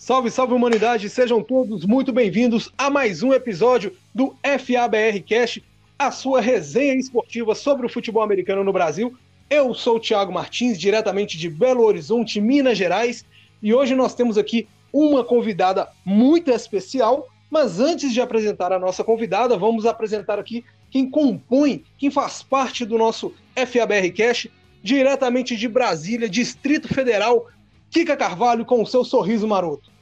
Salve, salve humanidade, sejam todos muito bem-vindos a mais um episódio do FABR Cast, a sua resenha esportiva sobre o futebol americano no Brasil. Eu sou o Thiago Martins, diretamente de Belo Horizonte, Minas Gerais, e hoje nós temos aqui uma convidada muito especial, mas antes de apresentar a nossa convidada, vamos apresentar aqui quem compõe, quem faz parte do nosso FABR Cast, diretamente de Brasília, Distrito Federal, Kika Carvalho com o seu sorriso maroto.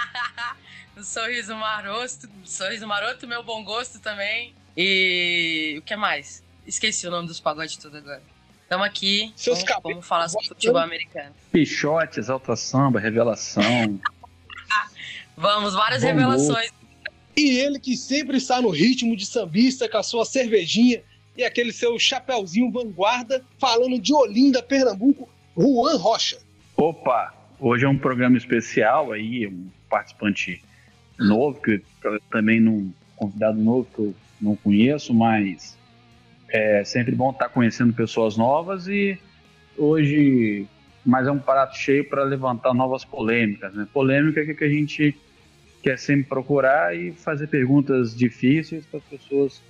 Sorriso maroto, meu bom gosto também. E o que mais? Esqueci o nome dos pagodes tudo agora. Estamos aqui, vamos falar sobre futebol americano. Pichote, Exalta Samba, Revelação. Vamos, várias revelações. E ele que sempre está no ritmo de sambista, com a sua cervejinha e aquele seu chapéuzinho vanguarda, falando de Olinda, Pernambuco, Juan Rocha. Opa, hoje é um programa especial aí, um participante novo, que também um convidado novo que eu não conheço, mas é sempre bom estar conhecendo pessoas novas e hoje mais é um prato cheio para levantar novas polêmicas, né? Polêmica que a gente quer sempre procurar e fazer perguntas difíceis para as pessoas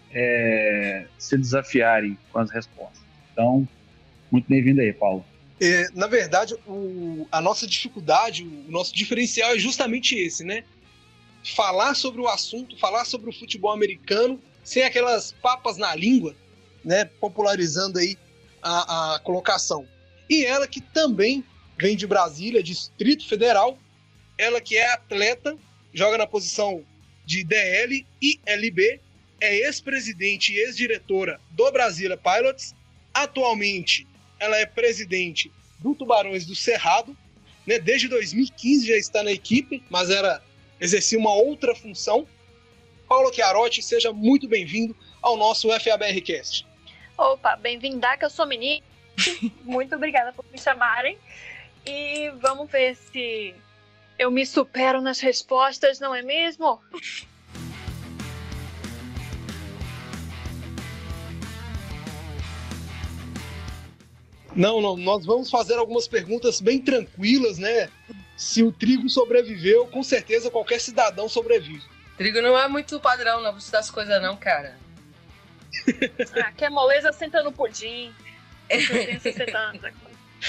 se desafiarem com as respostas. Então, muito bem-vindo aí, Paulo. Na verdade, a nossa dificuldade, o nosso diferencial é justamente esse, né? Falar sobre o assunto, falar sobre o futebol americano, sem aquelas papas na língua, né? Popularizando aí a colocação. E ela que também vem de Brasília, Distrito Federal, ela que é atleta, joga na posição de DL e LB, é ex-presidente e ex-diretora do Brasília Pilots, atualmente ela é presidente do Tubarões do Cerrado, né? Desde 2015 já está na equipe, mas exercia uma outra função. Paula Chiarotti, seja muito bem-vindo ao nosso FABR Cast. Opa, bem-vinda, que eu sou menina. Muito obrigada por me chamarem. E vamos ver se eu me supero nas respostas, não é mesmo? Não, nós vamos fazer algumas perguntas bem tranquilas, né? Se o trigo sobreviveu, com certeza qualquer cidadão sobrevive. Trigo não é muito padrão, não, pra estudar as coisas não, cara. Que é moleza senta no pudim. Eu tenho 60 anos aqui.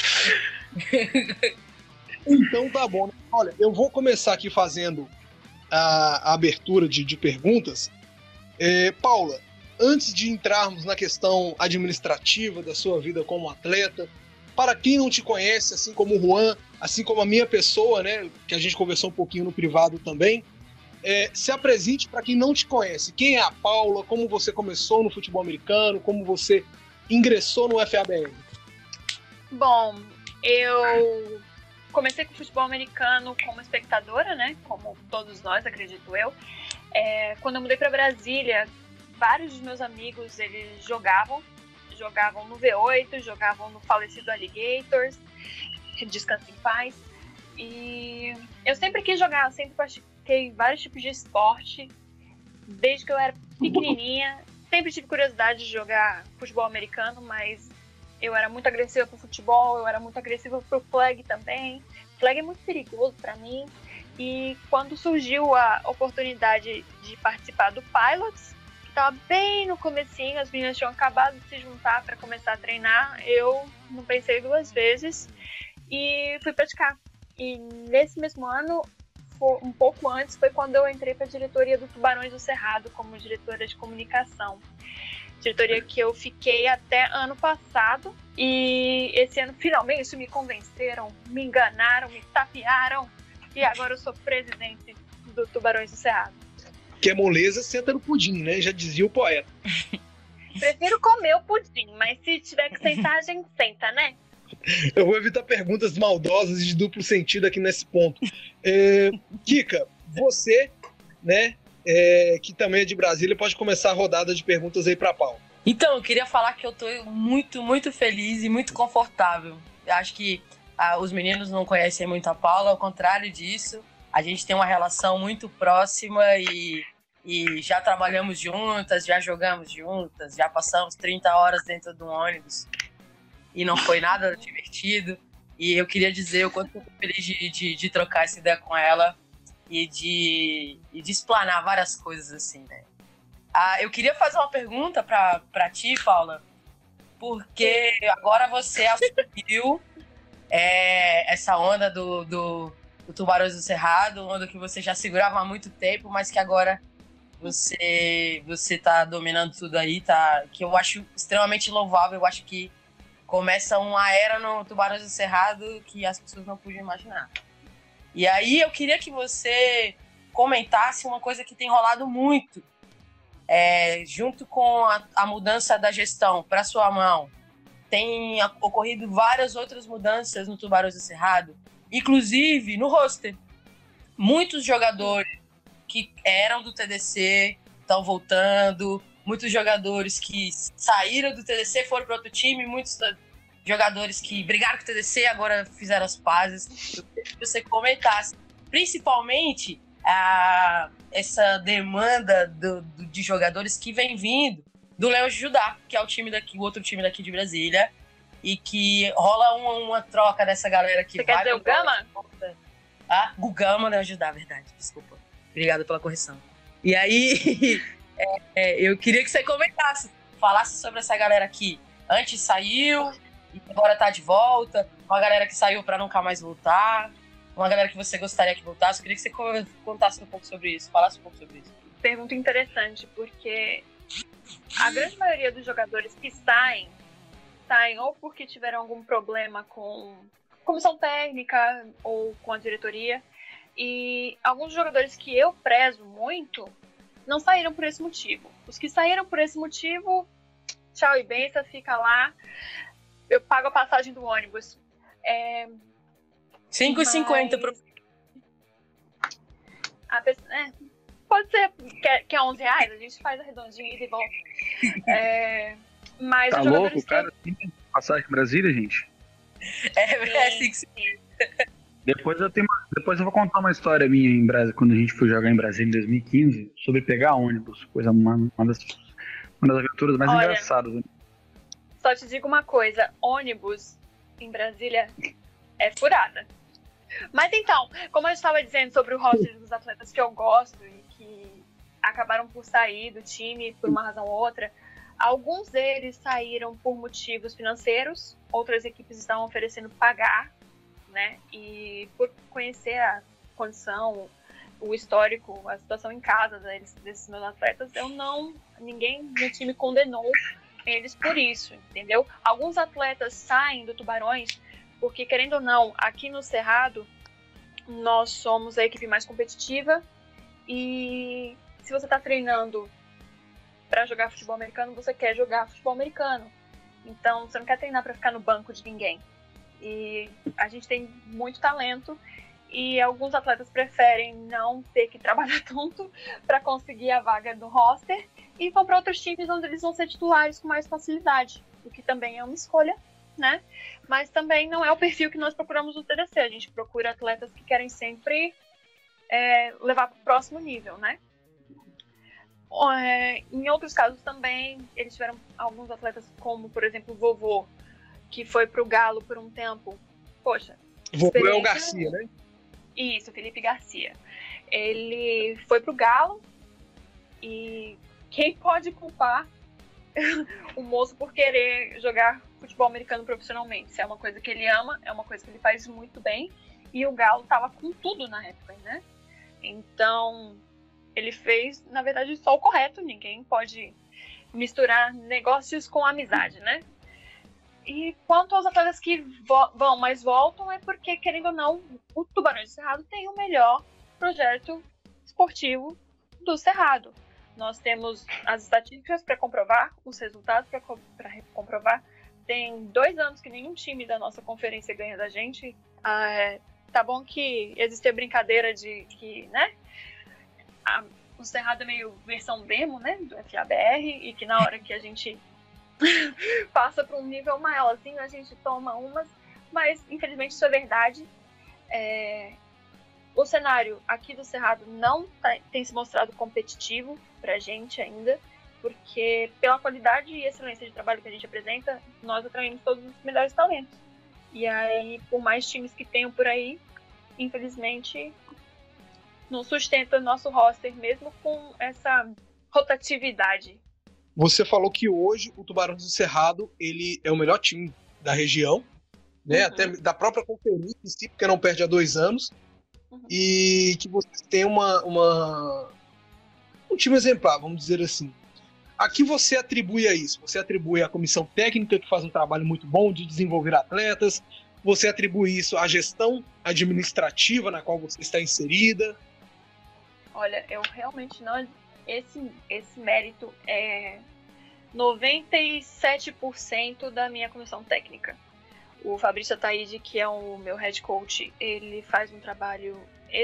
Então tá bom. Olha, eu vou começar aqui fazendo a abertura de perguntas. Paula, antes de entrarmos na questão administrativa da sua vida como atleta, para quem não te conhece, assim como o Juan, assim como a minha pessoa, né, que a gente conversou um pouquinho no privado também, se apresente para quem não te conhece. Quem é a Paula? Como você começou no futebol americano? Como você ingressou no FABR? Bom, eu comecei com o futebol americano como espectadora, né? Como todos nós, acredito eu. Quando eu mudei para Brasília, vários dos meus amigos, eles jogavam no V8, jogavam no falecido Alligators, descanso em paz. E eu sempre quis jogar, sempre pratiquei vários tipos de esporte, desde que eu era pequenininha. Sempre tive curiosidade de jogar futebol americano, mas eu era muito agressiva pro futebol, eu era muito agressiva pro flag também. Flag é muito perigoso para mim. E quando surgiu a oportunidade de participar do Pilots, que estava bem no comecinho, as meninas tinham acabado de se juntar para começar a treinar, eu não pensei duas vezes e fui praticar. E nesse mesmo ano, um pouco antes, foi quando eu entrei para a diretoria do Tubarões do Cerrado como diretora de comunicação. Diretoria que eu fiquei até ano passado, e esse ano finalmente me convenceram, me enganaram, me tapearam, e agora eu sou presidente do Tubarões do Cerrado. Que é moleza, senta no pudim, né? Já dizia o poeta. Prefiro comer o pudim, mas se tiver que sentar, a gente senta, né? Eu vou evitar perguntas maldosas e de duplo sentido aqui nesse ponto. Kika, você, né, que também é de Brasília, pode começar a rodada de perguntas aí para Paulo. Então, eu queria falar que eu tô muito, muito feliz e muito confortável. Eu acho que os meninos não conhecem muito a Paula, ao contrário disso. A gente tem uma relação muito próxima e já trabalhamos juntas, já jogamos juntas, já passamos 30 horas dentro de um ônibus e não foi nada divertido. E eu queria dizer o quanto eu tô feliz de trocar essa ideia com ela e de explanar várias coisas assim, né? Eu queria fazer uma pergunta pra ti, Paula, porque agora você assumiu essa onda do Tubarões do Cerrado, onda que você já segurava há muito tempo, mas que agora você tá dominando tudo aí, tá? Que eu acho extremamente louvável. Eu acho que começa uma era no Tubarões do Cerrado que as pessoas não podiam imaginar. E aí eu queria que você comentasse uma coisa que tem rolado muito, junto com a mudança da gestão para sua mão. Tem ocorrido várias outras mudanças no Tubarões do Cerrado, inclusive no roster. Muitos jogadores que eram do TDC estão voltando, muitos jogadores que saíram do TDC foram para outro time, muitos jogadores que brigaram com o TDC agora fizeram as pazes. Eu queria que você comentasse, principalmente essa demanda de jogadores que vem vindo do Leões de Judá, que é o outro time daqui de Brasília, e que rola uma troca dessa galera que Você quer dizer o Gama? O Gama, Leões de Judá, verdade, desculpa. Obrigada pela correção. E aí, eu queria que você comentasse, falasse sobre essa galera que antes saiu e agora tá de volta, uma galera que saiu pra nunca mais voltar, uma galera que você gostaria que voltasse. Eu queria que você contasse um pouco sobre isso, falasse um pouco sobre isso. Pergunta interessante, porque a grande maioria dos jogadores que saem ou porque tiveram algum problema com comissão técnica ou com a diretoria. E alguns jogadores que eu prezo muito não saíram por esse motivo. Os que saíram por esse motivo, tchau e benção, fica lá. Eu pago a passagem do ônibus. 5,50 pro... Pode ser que é R$11, a gente faz a redondinha e volta. Mas tá os louco, que... cara? Passagem em Brasília, gente? Sim. Depois eu vou contar uma história minha em Brasília, quando a gente foi jogar em Brasília em 2015, sobre pegar ônibus, uma das aventuras mais engraçadas. Né? Só te digo uma coisa, ônibus em Brasília é furada. Mas então, como eu estava dizendo sobre o roster dos atletas que eu gosto e que acabaram por sair do time por uma razão ou outra, alguns deles saíram por motivos financeiros, outras equipes estavam oferecendo pagar, né? E por conhecer a condição, o histórico, a situação em casa desses meus atletas, ninguém no time condenou eles por isso, entendeu? Alguns atletas saem do Tubarões porque, querendo ou não, aqui no Cerrado, nós somos a equipe mais competitiva e se você está treinando para jogar futebol americano, você quer jogar futebol americano. Então, você não quer treinar para ficar no banco de ninguém. E a gente tem muito talento e alguns atletas preferem não ter que trabalhar tanto para conseguir a vaga no roster e vão para outros times onde eles vão ser titulares com mais facilidade, o que também é uma escolha, né? Mas também não é o perfil que nós procuramos no TDC. A gente procura atletas que querem sempre levar para o próximo nível, né? Em outros casos também, eles tiveram alguns atletas como, por exemplo, o Vovô, que foi pro Galo por um tempo. Poxa. Vovô é o Garcia, né? Isso, Felipe Garcia. Ele foi pro Galo e quem pode culpar o moço por querer jogar futebol americano profissionalmente? Se é uma coisa que ele ama, é uma coisa que ele faz muito bem. E o Galo tava com tudo na época, né? Então, ele fez, na verdade, só o correto. Ninguém pode misturar negócios com amizade, né? E quanto aos atletas que vão, mas voltam, é porque, querendo ou não, o Tubarões do Cerrado tem o melhor projeto esportivo do Cerrado. Nós temos as estatísticas para comprovar, os resultados para comprovar. Tem 2 anos que nenhum time da nossa conferência ganha da gente. Tá bom que existe a brincadeira de que, né, o Cerrado é meio versão demo, né, do FABR, e que na hora que a gente passa para um nível maiorzinho, a gente toma umas, mas infelizmente isso é verdade. O cenário aqui do Cerrado não tem se mostrado competitivo pra gente ainda, porque pela qualidade e excelência de trabalho que a gente apresenta, nós atraímos todos os melhores talentos. E aí, por mais times que tenham por aí, infelizmente, não sustenta nosso roster, mesmo com essa rotatividade. Você falou que hoje o Tubarões do Cerrado ele é o melhor time da região, né? Até da própria conferência em si, porque não perde há 2 anos. E que você tem um time exemplar, vamos dizer assim. A que você atribui a isso? Você atribui à comissão técnica, que faz um trabalho muito bom de desenvolver atletas? Você atribui isso à gestão administrativa na qual você está inserida? Olha, eu realmente não... Esse mérito é 97% da minha comissão técnica. O Fabrício Ataíde, que é o meu head coach, ele faz um trabalho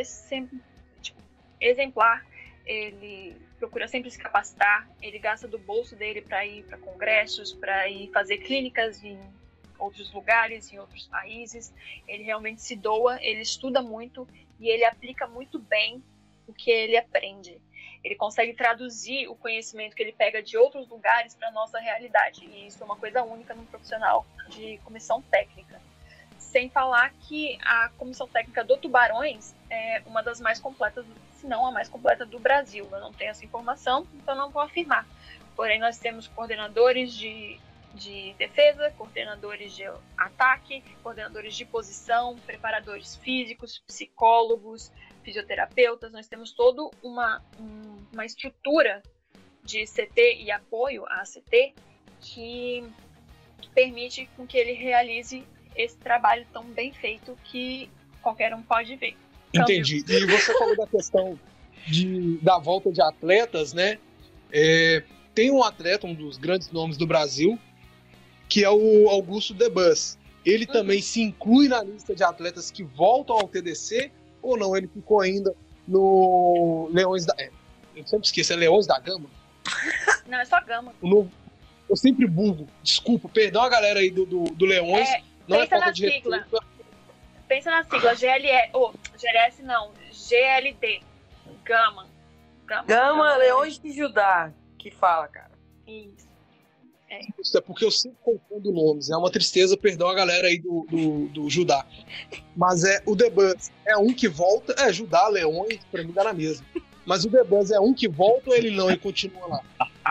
exemplar. Ele procura sempre se capacitar, ele gasta do bolso dele para ir para congressos, para ir fazer clínicas em outros lugares, em outros países. Ele realmente se doa, ele estuda muito e ele aplica muito bem o que ele aprende. Ele consegue traduzir o conhecimento que ele pega de outros lugares para a nossa realidade. E isso é uma coisa única num profissional de comissão técnica. Sem falar que a comissão técnica do Tubarões é uma das mais completas, se não a mais completa do Brasil. Eu não tenho essa informação, então não vou afirmar. Porém, nós temos coordenadores de defesa, coordenadores de ataque, coordenadores de posição, preparadores físicos, psicólogos, fisioterapeutas. Nós temos toda uma estrutura de CT e apoio à CT que permite com que ele realize esse trabalho tão bem feito que qualquer um pode ver. Entendi. E você falou da questão da volta de atletas, né? Tem um atleta, um dos grandes nomes do Brasil, que é o Augusto The Bus. Ele também se inclui na lista de atletas que voltam ao TDC ou não? Ele ficou ainda no Leões da... eu sempre esqueço, é Leões da Gama? Não, é só Gama. Eu sempre bugo. Desculpa, perdão a galera aí do Leões. Não é falta de respeito. Pensa na sigla, GLS não, GLD. Gama. Gama, Leões de Judá, que fala, cara. Isso. Isso é porque eu sempre confundo nomes. É uma tristeza, perdão a galera aí do Judá. Mas o The Bus é um que volta. Judá, Leões, pra mim dá na mesma. Mas o The Bus é um que volta ou ele não e continua lá?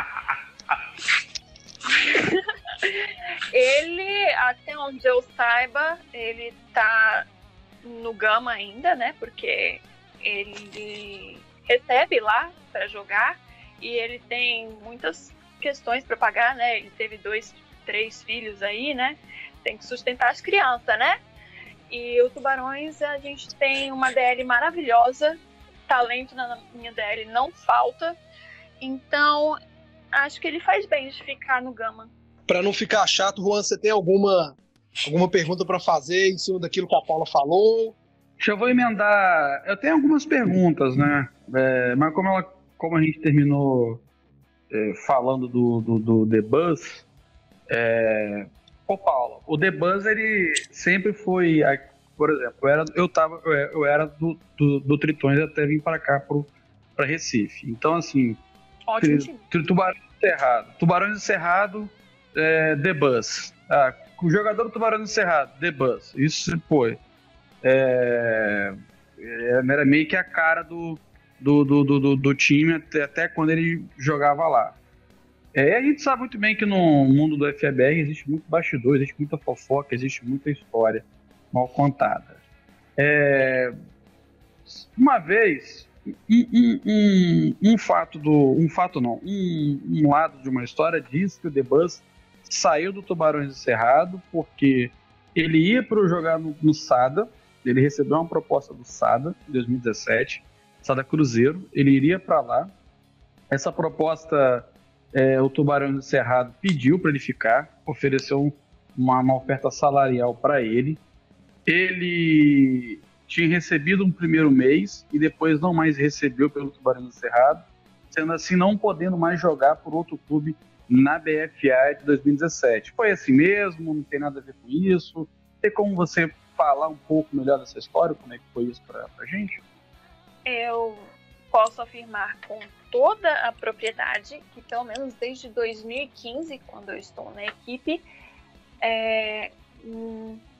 Ele, até onde eu saiba, ele tá no Gama ainda, né? Porque ele recebe lá para jogar e ele tem muitas questões para pagar, né? Ele teve 2, 3 filhos aí, né? Tem que sustentar as crianças, né? E o Tubarões, a gente tem uma DL maravilhosa, talento na minha DL não falta, então acho que ele faz bem de ficar no Gama. Para não ficar chato, Juan, você tem alguma pergunta para fazer em cima daquilo que a Paula falou? Eu vou emendar. Eu tenho algumas perguntas, né? Mas como a gente terminou falando do The Bus, Paula, o The Bus ele sempre foi, por exemplo, eu era do Tritões até vir para cá para Recife. Então assim, Tubarões do Cerrado, The Bus. O jogador do Tubarões do Cerrado, The Bus. Isso foi. Era meio que a cara do time até quando ele jogava lá. A gente sabe muito bem que no mundo do FABR existe muito bastidor, existe muita fofoca, existe muita história mal contada. Uma vez, um lado de uma história diz que o The Bus saiu do Tubarões do Cerrado porque ele ia para jogar no SADA. Ele recebeu uma proposta do SADA em 2017, SADA Cruzeiro. Ele iria para lá. Essa proposta, o Tubarões do Cerrado pediu para ele ficar, ofereceu uma oferta salarial para ele. Ele tinha recebido um primeiro mês e depois não mais recebeu pelo Tubarões do Cerrado, sendo assim não podendo mais jogar por outro clube na BFA de 2017. Foi assim mesmo? Não tem nada a ver com isso? Tem como você falar um pouco melhor dessa história? Como é que foi isso pra gente? Eu posso afirmar com toda a propriedade que pelo menos desde 2015, quando eu estou na equipe,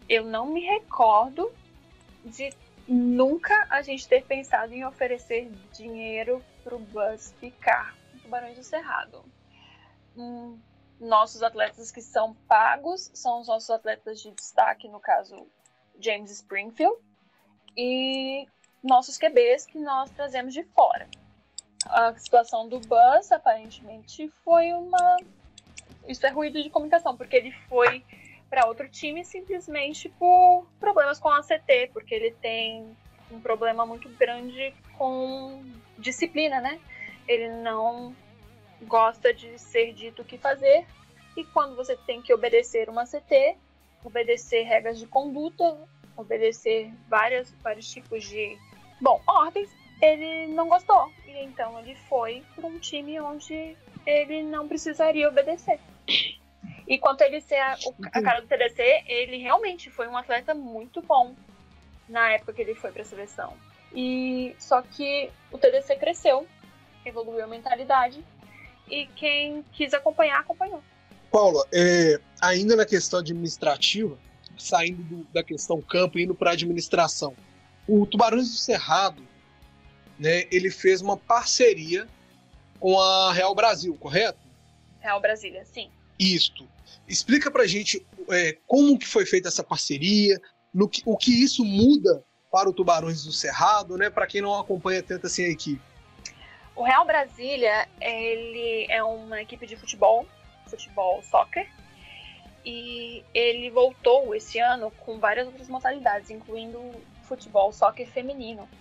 eu não me recordo de nunca a gente ter pensado em oferecer dinheiro pro Buzz ficar no Tubarões do Cerrado. Nossos atletas que são pagos são os nossos atletas de destaque, no caso James Springfield, e nossos QBs que nós trazemos de fora. A situação do Buzz, aparentemente, foi isso é ruído de comunicação, porque ele foi para outro time simplesmente por problemas com a ACT, porque ele tem um problema muito grande com disciplina, né? Ele não gosta de ser dito o que fazer, e quando você tem que obedecer uma ACT, obedecer regras de conduta, obedecer vários tipos de ordens, ele não gostou, e então ele foi para um time onde ele não precisaria obedecer. E quanto a ele ser a cara do TDC, ele realmente foi um atleta muito bom na época que ele foi para a seleção. E só que o TDC cresceu, evoluiu a mentalidade, e quem quis acompanhar, acompanhou. Paula, ainda na questão administrativa, saindo da questão campo e indo para a administração, o Tubarões do Cerrado, né, ele fez uma parceria com a Real Brasil, correto? Real Brasília, sim. Isto. Explica pra gente como que foi feita essa parceria, o que isso muda para o Tubarões do Cerrado, né? Para quem não acompanha tanto assim a equipe. O Real Brasília, ele é uma equipe de futebol soccer, e ele voltou esse ano com várias outras modalidades, incluindo futebol soccer feminino.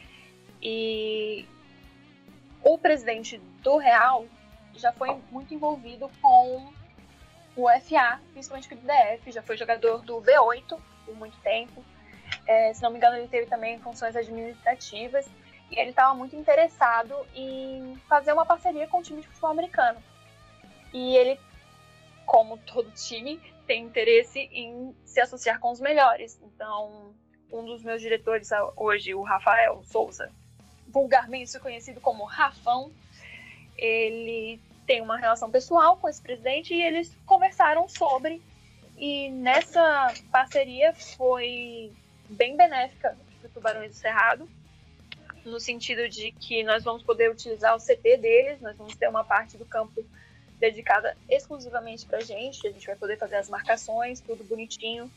E o presidente do Real já foi muito envolvido com o FA, principalmente com o DF, já foi jogador do V8 por muito tempo. Se não me engano, ele teve também funções administrativas, e ele estava muito interessado em fazer uma parceria com o time de futebol americano. E ele, como todo time, tem interesse em se associar com os melhores. Então, um dos meus diretores hoje, o Rafael Souza, vulgarmente conhecido como Rafão, ele tem uma relação pessoal com esse presidente, e eles conversaram sobre, e nessa parceria foi bem benéfica para o Tubarões do Cerrado, no sentido de que nós vamos poder utilizar o CT deles, nós vamos ter uma parte do campo dedicada exclusivamente para a gente vai poder fazer as marcações, tudo bonitinho,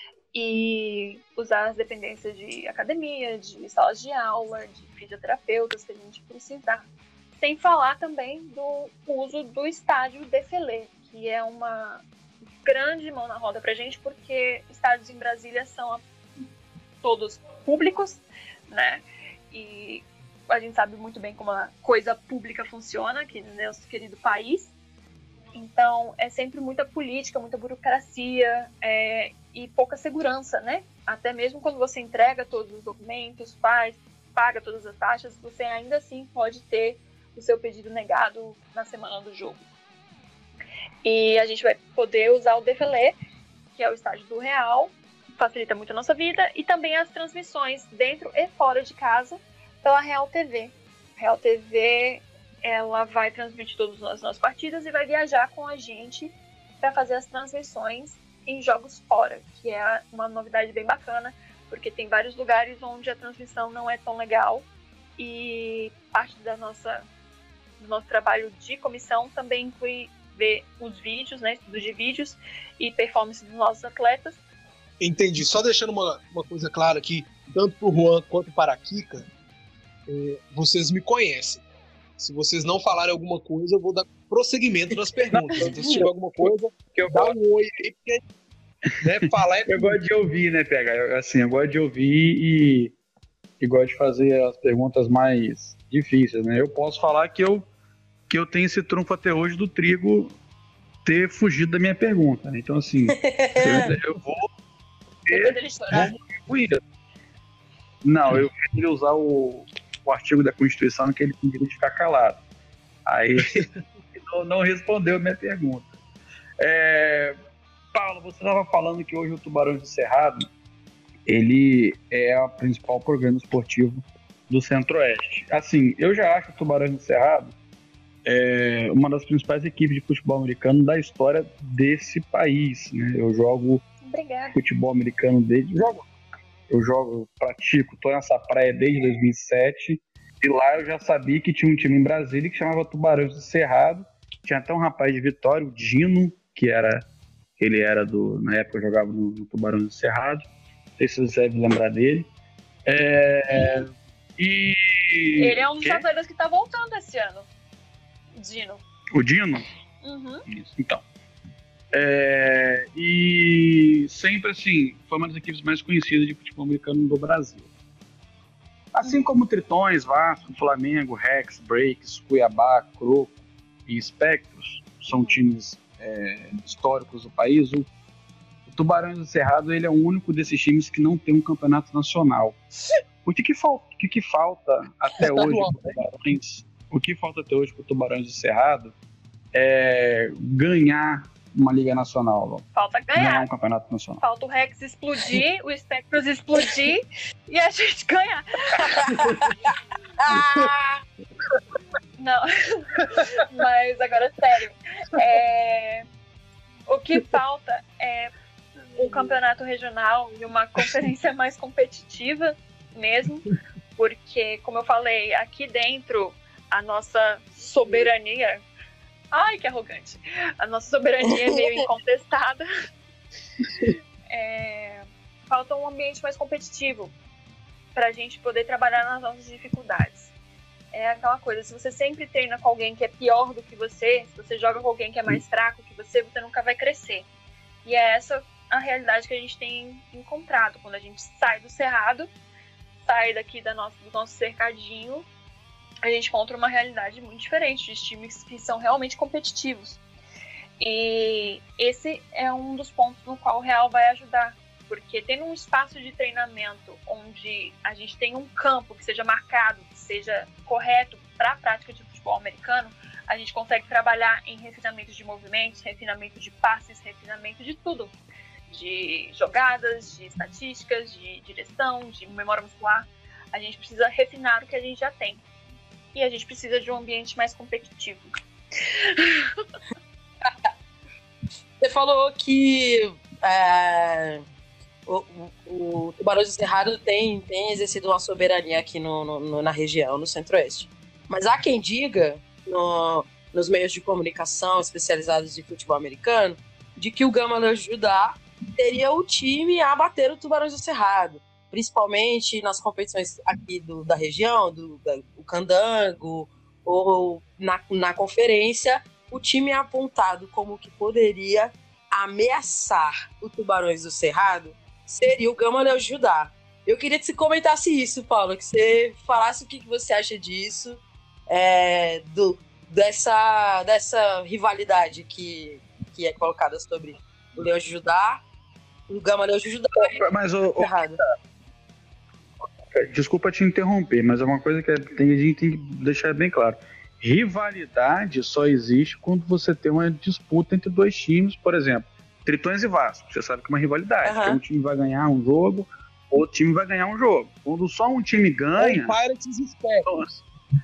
e usar as dependências de academia, de salas de aula, de fisioterapeutas que a gente precisar. Sem falar também do uso do estádio Defilé, que é uma grande mão na roda pra gente, porque estádios em Brasília são todos públicos, né? E a gente sabe muito bem como a coisa pública funciona aqui no nosso querido país. Então, é sempre muita política, muita burocracia e pouca segurança, né? Até mesmo quando você entrega todos os documentos, paga todas as taxas, você ainda assim pode ter o seu pedido negado na semana do jogo. E a gente vai poder usar o Defilé, que é o estádio do Real, facilita muito a nossa vida, e também as transmissões dentro e fora de casa pela Real TV. A Real TV, ela vai transmitir todas as nossas partidas e vai viajar com a gente para fazer as transmissões em jogos fora, que é uma novidade bem bacana, porque tem vários lugares onde a transmissão não é tão legal, e parte do nosso trabalho de comissão também inclui ver os vídeos, né, estudo de vídeos e performance dos nossos atletas. Entendi. Só deixando uma coisa clara aqui, tanto para o Juan quanto para a Kika, vocês me conhecem. Se vocês não falarem alguma coisa, eu vou dar prosseguimento nas perguntas. Então, se tiver alguma coisa, dá um oi aí, porque falar Eu gosto de ouvir, né, PH? Assim, eu gosto de ouvir e gosto de fazer as perguntas mais difíceis, né? Eu posso falar que eu tenho esse trunfo até hoje do Trigo ter fugido da minha pergunta, né? Então, assim, eu vou Não, eu queria usar o artigo da Constituição que ele tem direito de ficar calado. Aí não respondeu a minha pergunta. Paulo, você estava falando que hoje o Tubarões do Cerrado ele é o principal programa esportivo do Centro-Oeste. Assim, eu já acho o Tubarões do Cerrado uma das principais equipes de futebol americano da história desse país, né? Eu jogo Obrigada. Futebol americano desde... Pratico, tô nessa praia desde 2007. E lá eu já sabia que tinha um time em Brasília que chamava Tubarões do Cerrado. Tinha até um rapaz de Vitória, o Dino, ele era na época eu jogava no Tubarões do Cerrado. Não sei se você deve lembrar dele. Ele é um dos atletas que tá voltando esse ano. Dino. O Dino? Uhum. Isso, então. E sempre assim, foi uma das equipes mais conhecidas de futebol americano do Brasil. Assim como Tritões, Vasco, Flamengo, Rex, Breaks, Cuiabá, Croco e Espectros, são times históricos do país, o Tubarões do Cerrado ele é o único desses times que não tem um campeonato nacional. O que falta até hoje para o Tubarões do Cerrado é ganhar uma Liga Nacional. Falta ganhar um campeonato nacional. Falta o Rex explodir, o Spectros explodir e a gente ganhar. Não, mas agora sério. O que falta é um campeonato regional e uma conferência mais competitiva mesmo, porque, como eu falei, aqui dentro a nossa soberania... Ai, que arrogante. A nossa soberania é meio incontestada. Falta um ambiente mais competitivo para a gente poder trabalhar nas nossas dificuldades. É aquela coisa, se você sempre treina com alguém que é pior do que você, se você joga com alguém que é mais fraco que você nunca vai crescer. E é essa a realidade que a gente tem encontrado. Quando a gente sai do cerrado, sai daqui do nosso cercadinho, a gente encontra uma realidade muito diferente de times que são realmente competitivos. E esse é um dos pontos no qual o Real vai ajudar, porque tendo um espaço de treinamento onde a gente tem um campo que seja marcado, que seja correto para a prática de futebol americano, a gente consegue trabalhar em refinamento de movimentos, refinamento de passes, refinamento de tudo. De jogadas, de estatísticas, de direção, de memória muscular. A gente precisa refinar o que a gente já tem. E a gente precisa de um ambiente mais competitivo. Você falou que o Tubarões do Cerrado tem exercido uma soberania aqui na região, no Centro-Oeste. Mas há quem diga, nos meios de comunicação especializados de futebol americano, de que o Gama Leões de Judá teria o time a bater o Tubarões do Cerrado, principalmente nas competições aqui da região, do Candango, ou na conferência, o time é apontado como que poderia ameaçar o Tubarões do Cerrado seria o Gama Leões de Judá. Eu queria que você comentasse isso, Paulo, que você falasse o que você acha disso, dessa rivalidade que é colocada sobre o Leões de Judá, o Gama Leões de Judá. Mas errado. Desculpa te interromper, mas é uma coisa que a gente tem que deixar bem claro. Rivalidade só existe quando você tem uma disputa entre dois times, por exemplo, Tritões e Vasco. Você sabe que é uma rivalidade. Uhum. Um time vai ganhar um jogo, outro time vai ganhar um jogo. Quando só um time ganha... Pirates e Spectros.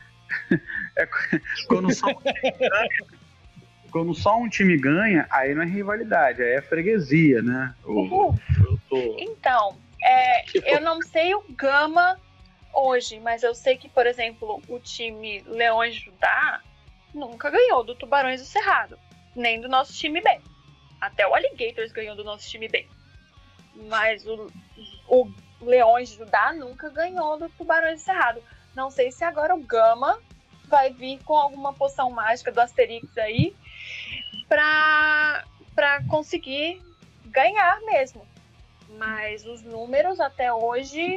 Quando só um time ganha, aí não é rivalidade, aí é freguesia, né? Então, eu não sei o Gama hoje, mas eu sei que, por exemplo, o time Leões de Judá nunca ganhou do Tubarões do Cerrado, nem do nosso time B. Até o Alligators ganhou do nosso time B. Mas o Leões de Judá nunca ganhou do Tubarões do Cerrado. Não sei se agora o Gama vai vir com alguma poção mágica do Asterix aí pra conseguir ganhar mesmo. Mas os números até hoje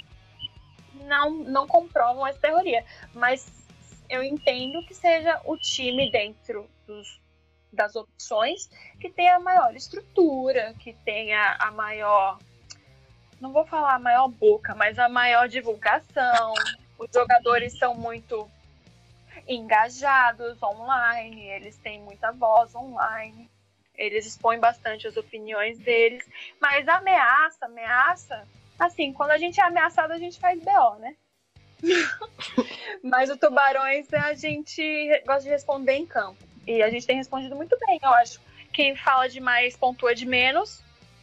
não comprovam essa teoria. Mas eu entendo que seja o time dentro das opções que tenha a maior estrutura, que tenha a maior... Não vou falar a maior boca, mas a maior divulgação. Os jogadores são muito engajados online, eles têm muita voz online, eles expõem bastante as opiniões deles, mas ameaça, assim, quando a gente é ameaçado a gente faz BO, né? Mas o Tubarões a gente gosta de responder em campo, e a gente tem respondido muito bem, eu acho. Quem fala demais pontua de menos,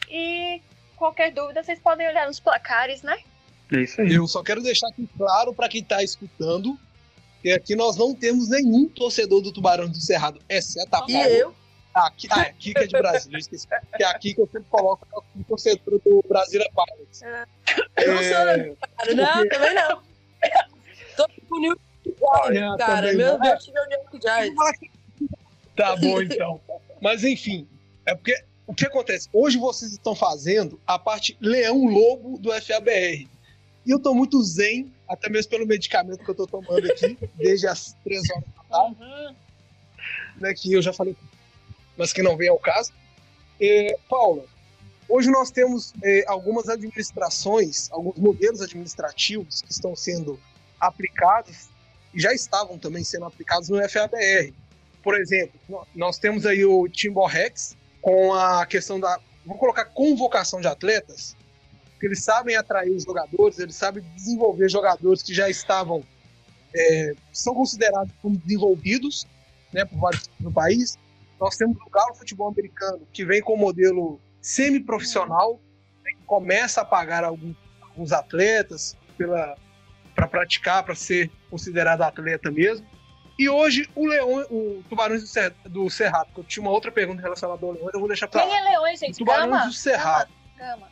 E qualquer dúvida, vocês podem olhar nos placares, né? É isso aí. Eu só quero deixar aqui claro para quem está escutando que aqui nós não temos nenhum torcedor do Tubarão do Cerrado, exceto a E Paula. eu? Aqui, a Kika é de Brasília, eu esqueci. Que é aqui que eu sempre coloco o torcedor do Brasília Pirates. Eu não sou, cara. Não, também não. Tô com o New York Giants, cara. Meu Deus, tive o New York Giants. Tá bom, então. Mas, enfim, é porque o que acontece? Hoje vocês estão fazendo a parte leão-lobo do FABR. E eu tô muito zen, até mesmo pelo medicamento que eu tô tomando aqui, desde as 3 horas da tarde. Né, que eu já falei, mas que não vem ao caso. Paula, hoje nós temos algumas administrações, alguns modelos administrativos que estão sendo aplicados e já estavam também sendo aplicados no FABR. Por exemplo, nós temos aí o Timborrex com a questão da, vou colocar, convocação de atletas, porque eles sabem atrair os jogadores, eles sabem desenvolver jogadores que já estavam, são considerados como desenvolvidos, né, por vários tipos no país. Nós temos o Galo Futebol Americano, que vem com o modelo semi-profissional, né, que começa a pagar alguns atletas para praticar, para ser considerado atleta mesmo. E hoje o Tubarões do Cerrado, que eu tinha uma outra pergunta relacionada ao Leões, eu vou deixar para lá. Quem é Leões, gente? O Tubarões do Cerrado. Gama.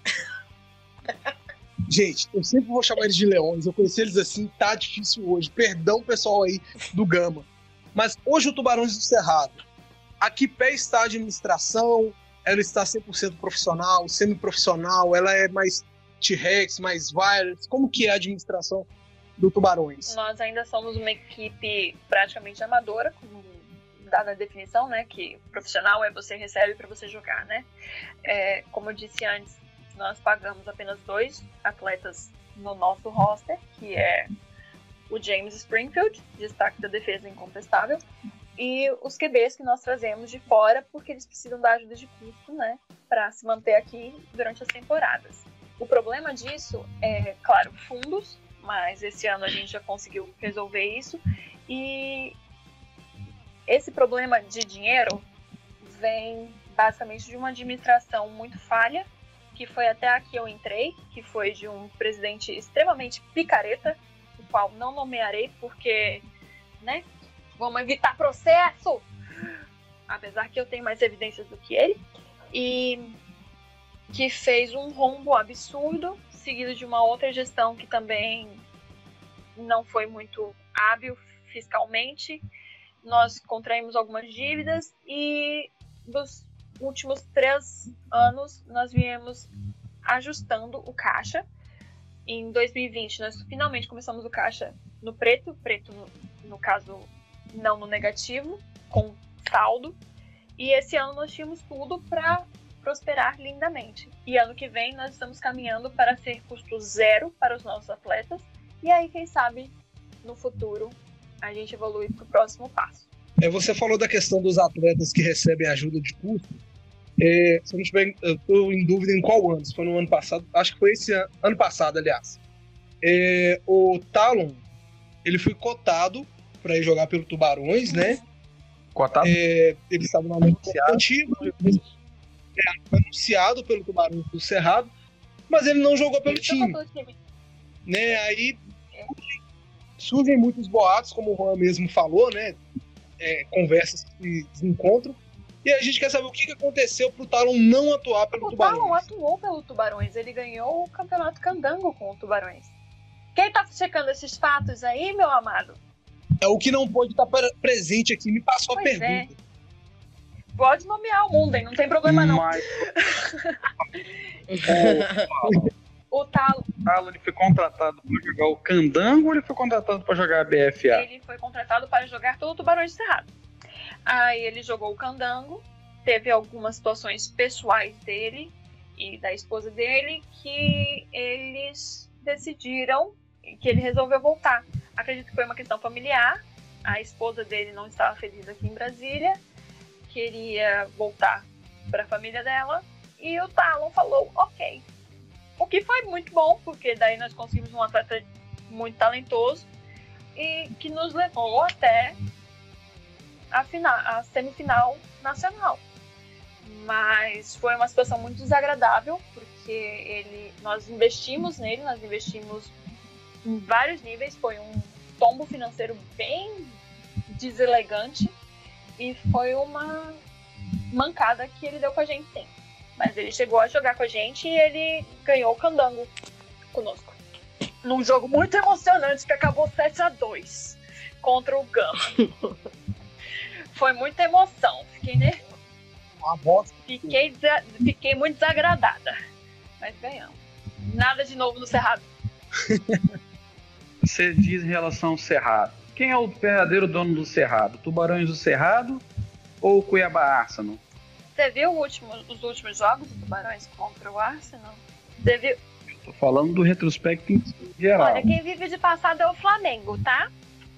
Gente, eu sempre vou chamar eles de Leões, eu conheci eles assim, tá difícil hoje. Perdão, pessoal aí do Gama. Mas hoje o Tubarões do Cerrado, a que pé está a administração? Ela está 100% profissional, semi-profissional? Ela é mais T-Rex, mais Wireless? Como que é a administração do Tubarões? Nós ainda somos uma equipe praticamente amadora, como dada a definição, né? Que profissional é você recebe para você jogar, né? Como eu disse antes, nós pagamos apenas 2 atletas no nosso roster, que é o James Springfield, destaque da defesa incontestável, e os QBs que nós trazemos de fora, porque eles precisam da ajuda de custo, né, para se manter aqui durante as temporadas. O problema disso é, claro, fundos, mas esse ano a gente já conseguiu resolver isso, e esse problema de dinheiro vem basicamente de uma administração muito falha, que foi até aqui eu entrei, que foi de um presidente extremamente picareta, o qual não nomearei porque, né, vamos evitar processo, apesar que eu tenho mais evidências do que ele, e que fez um rombo absurdo, seguido de uma outra gestão que também não foi muito hábil fiscalmente. Nós contraímos algumas dívidas e dos últimos 3 anos nós viemos ajustando o caixa. Em 2020 nós finalmente começamos o caixa no preto no caso não no negativo, com saldo, e esse ano nós tínhamos tudo para prosperar lindamente. E ano que vem nós estamos caminhando para ser custo zero para os nossos atletas, e aí quem sabe no futuro a gente evolui para o próximo passo. Você falou da questão dos atletas que recebem ajuda de custo. Se eu não estiver, eu estou em dúvida em qual ano, se foi no ano passado, acho que foi esse ano passado, aliás. O Talon, ele foi cotado para ir jogar pelo Tubarões, né? Cotado? Ele estava no antigo, anunciado pelo Tubarões do Cerrado, mas ele não jogou pelo time. Né? Aí surgem muitos boatos, como o Juan mesmo falou, né? Conversas que se encontram. E a gente quer saber o que aconteceu pro Talon não atuar pelo Tubarões. O Talon atuou pelo Tubarões, ele ganhou o campeonato Candango com o Tubarões. Quem tá checando esses fatos aí, meu amado? O que não pode estar presente aqui, me passou a pergunta. Pode nomear o mundo, hein? Não tem problema não. Mas... O Talon ele foi contratado para jogar o Candango ou ele foi contratado para jogar a BFA? Ele foi contratado para jogar pelo Tubarões do Cerrado. Aí ele jogou o Candango, teve algumas situações pessoais dele e da esposa dele que eles decidiram que ele resolveu voltar. Acredito que foi uma questão familiar, a esposa dele não estava feliz aqui em Brasília, queria voltar para a família dela, e o Talon falou ok. O que foi muito bom, porque daí nós conseguimos um atleta muito talentoso e que nos levou até a semifinal nacional. Mas foi uma situação muito desagradável, porque nós investimos nele, nós investimos em vários níveis, foi um tombo financeiro bem deselegante e foi uma mancada que ele deu com a gente, sim. Mas ele chegou a jogar com a gente e ele ganhou o candango conosco. Num jogo muito emocionante que acabou 7-2 contra o Gama. Foi muita emoção, fiquei nervosa. Uma bosta. Fiquei muito desagradada, mas ganhamos. Nada de novo no Cerrado. Você diz em relação ao Cerrado. Quem é o verdadeiro dono do Cerrado? Tubarões do Cerrado ou o Cuiabá Arsenal? Você viu os últimos jogos do Tubarões contra o Arsenal? Você viu? Tô falando do retrospecto em geral. Olha, quem vive de passado é o Flamengo, tá?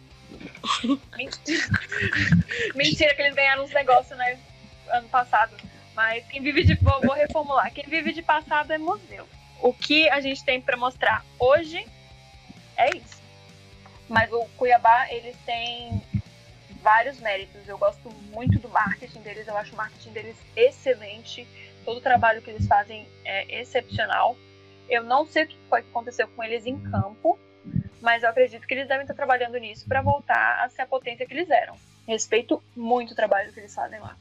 Mentira que eles ganharam uns negócios, né? Ano passado. Mas quem vive de... Vou reformular. Quem vive de passado é museu. O que a gente tem pra mostrar hoje é isso. Mas o Cuiabá, eles têm vários méritos. Eu gosto muito do marketing deles. Eu acho o marketing deles excelente. Todo o trabalho que eles fazem é excepcional. Eu não sei o que foi que aconteceu com eles em campo, mas eu acredito que eles devem estar trabalhando nisso para voltar a ser a potência que eles eram. Respeito muito o trabalho que eles fazem lá.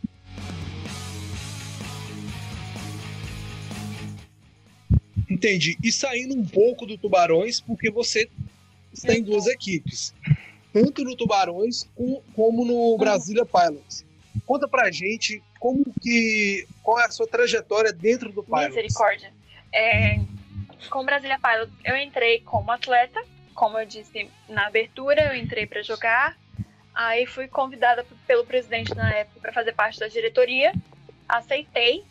Entendi. E saindo um pouco do Tubarões, porque você está em duas equipes. Tanto no Tubarões como no Brasília Pilots. Conta pra gente qual é a sua trajetória dentro do Pilots. Misericórdia. Com o Brasília Pilots, eu entrei como atleta. Como eu disse na abertura, eu entrei para jogar. Aí fui convidada pelo presidente na época para fazer parte da diretoria. Aceitei.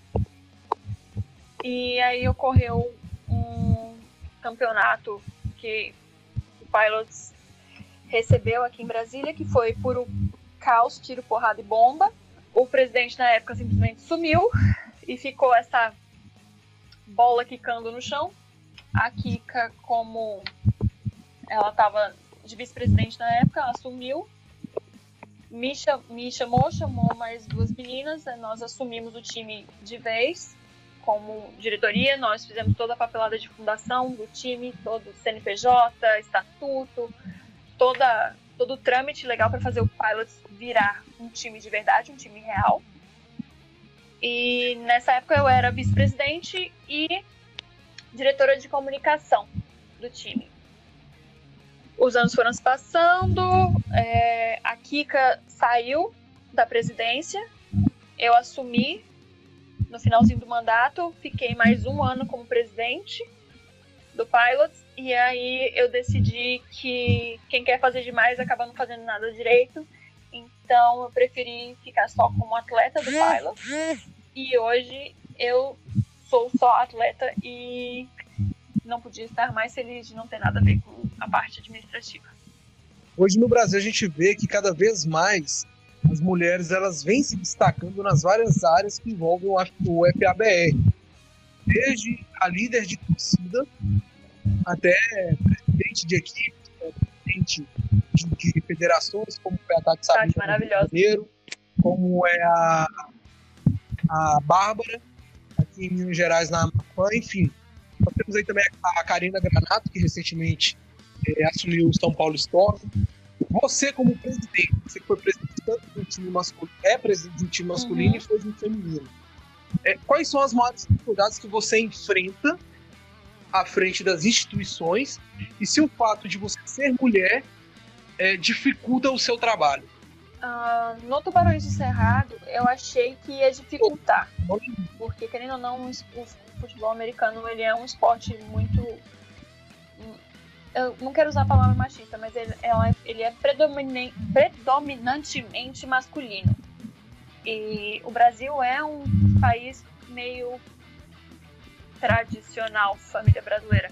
E aí ocorreu um campeonato que o Pilots recebeu aqui em Brasília, que foi puro caos, tiro, porrada e bomba. O presidente na época simplesmente sumiu e ficou essa bola quicando no chão. A Kika, como ela estava de vice-presidente na época, ela assumiu, me chamou mais duas meninas, nós assumimos o time de vez como diretoria, nós fizemos toda a papelada de fundação do time, todo o CNPJ, estatuto, todo o trâmite legal para fazer o Pilots virar um time de verdade, um time real. E nessa época eu era vice-presidente e diretora de comunicação do time. Os anos foram se passando, a Kika saiu da presidência, eu assumi no finalzinho do mandato, fiquei mais um ano como presidente do Pilots, e aí eu decidi que quem quer fazer demais acaba não fazendo nada direito, então eu preferi ficar só como atleta do Pilots, e hoje eu sou só atleta e não podia estar mais feliz de não ter nada a ver com a parte administrativa. Hoje no Brasil a gente vê que cada vez mais as mulheres elas vêm se destacando nas várias áreas que envolvem o FABR. Desde a líder de torcida até presidente de equipe, presidente de federações, como foi a Tati Sabino Mineiro, como é a Bárbara, aqui em Minas Gerais, na Amapã, enfim. Nós temos aí também a Karina Granato, que recentemente assumiu o São Paulo Storm. Você, como presidente, você que foi presidente tanto do time masculino, presidente do time masculino e foi do feminino. Quais são as maiores dificuldades que você enfrenta à frente das instituições e se o fato de você ser mulher dificulta o seu trabalho? No Tubarões do Cerrado, eu achei que ia dificultar. Porque, querendo ou não, o futebol americano ele é um esporte muito... Eu não quero usar a palavra machista, mas ele é predominantemente masculino. E o Brasil é um país meio tradicional, família brasileira.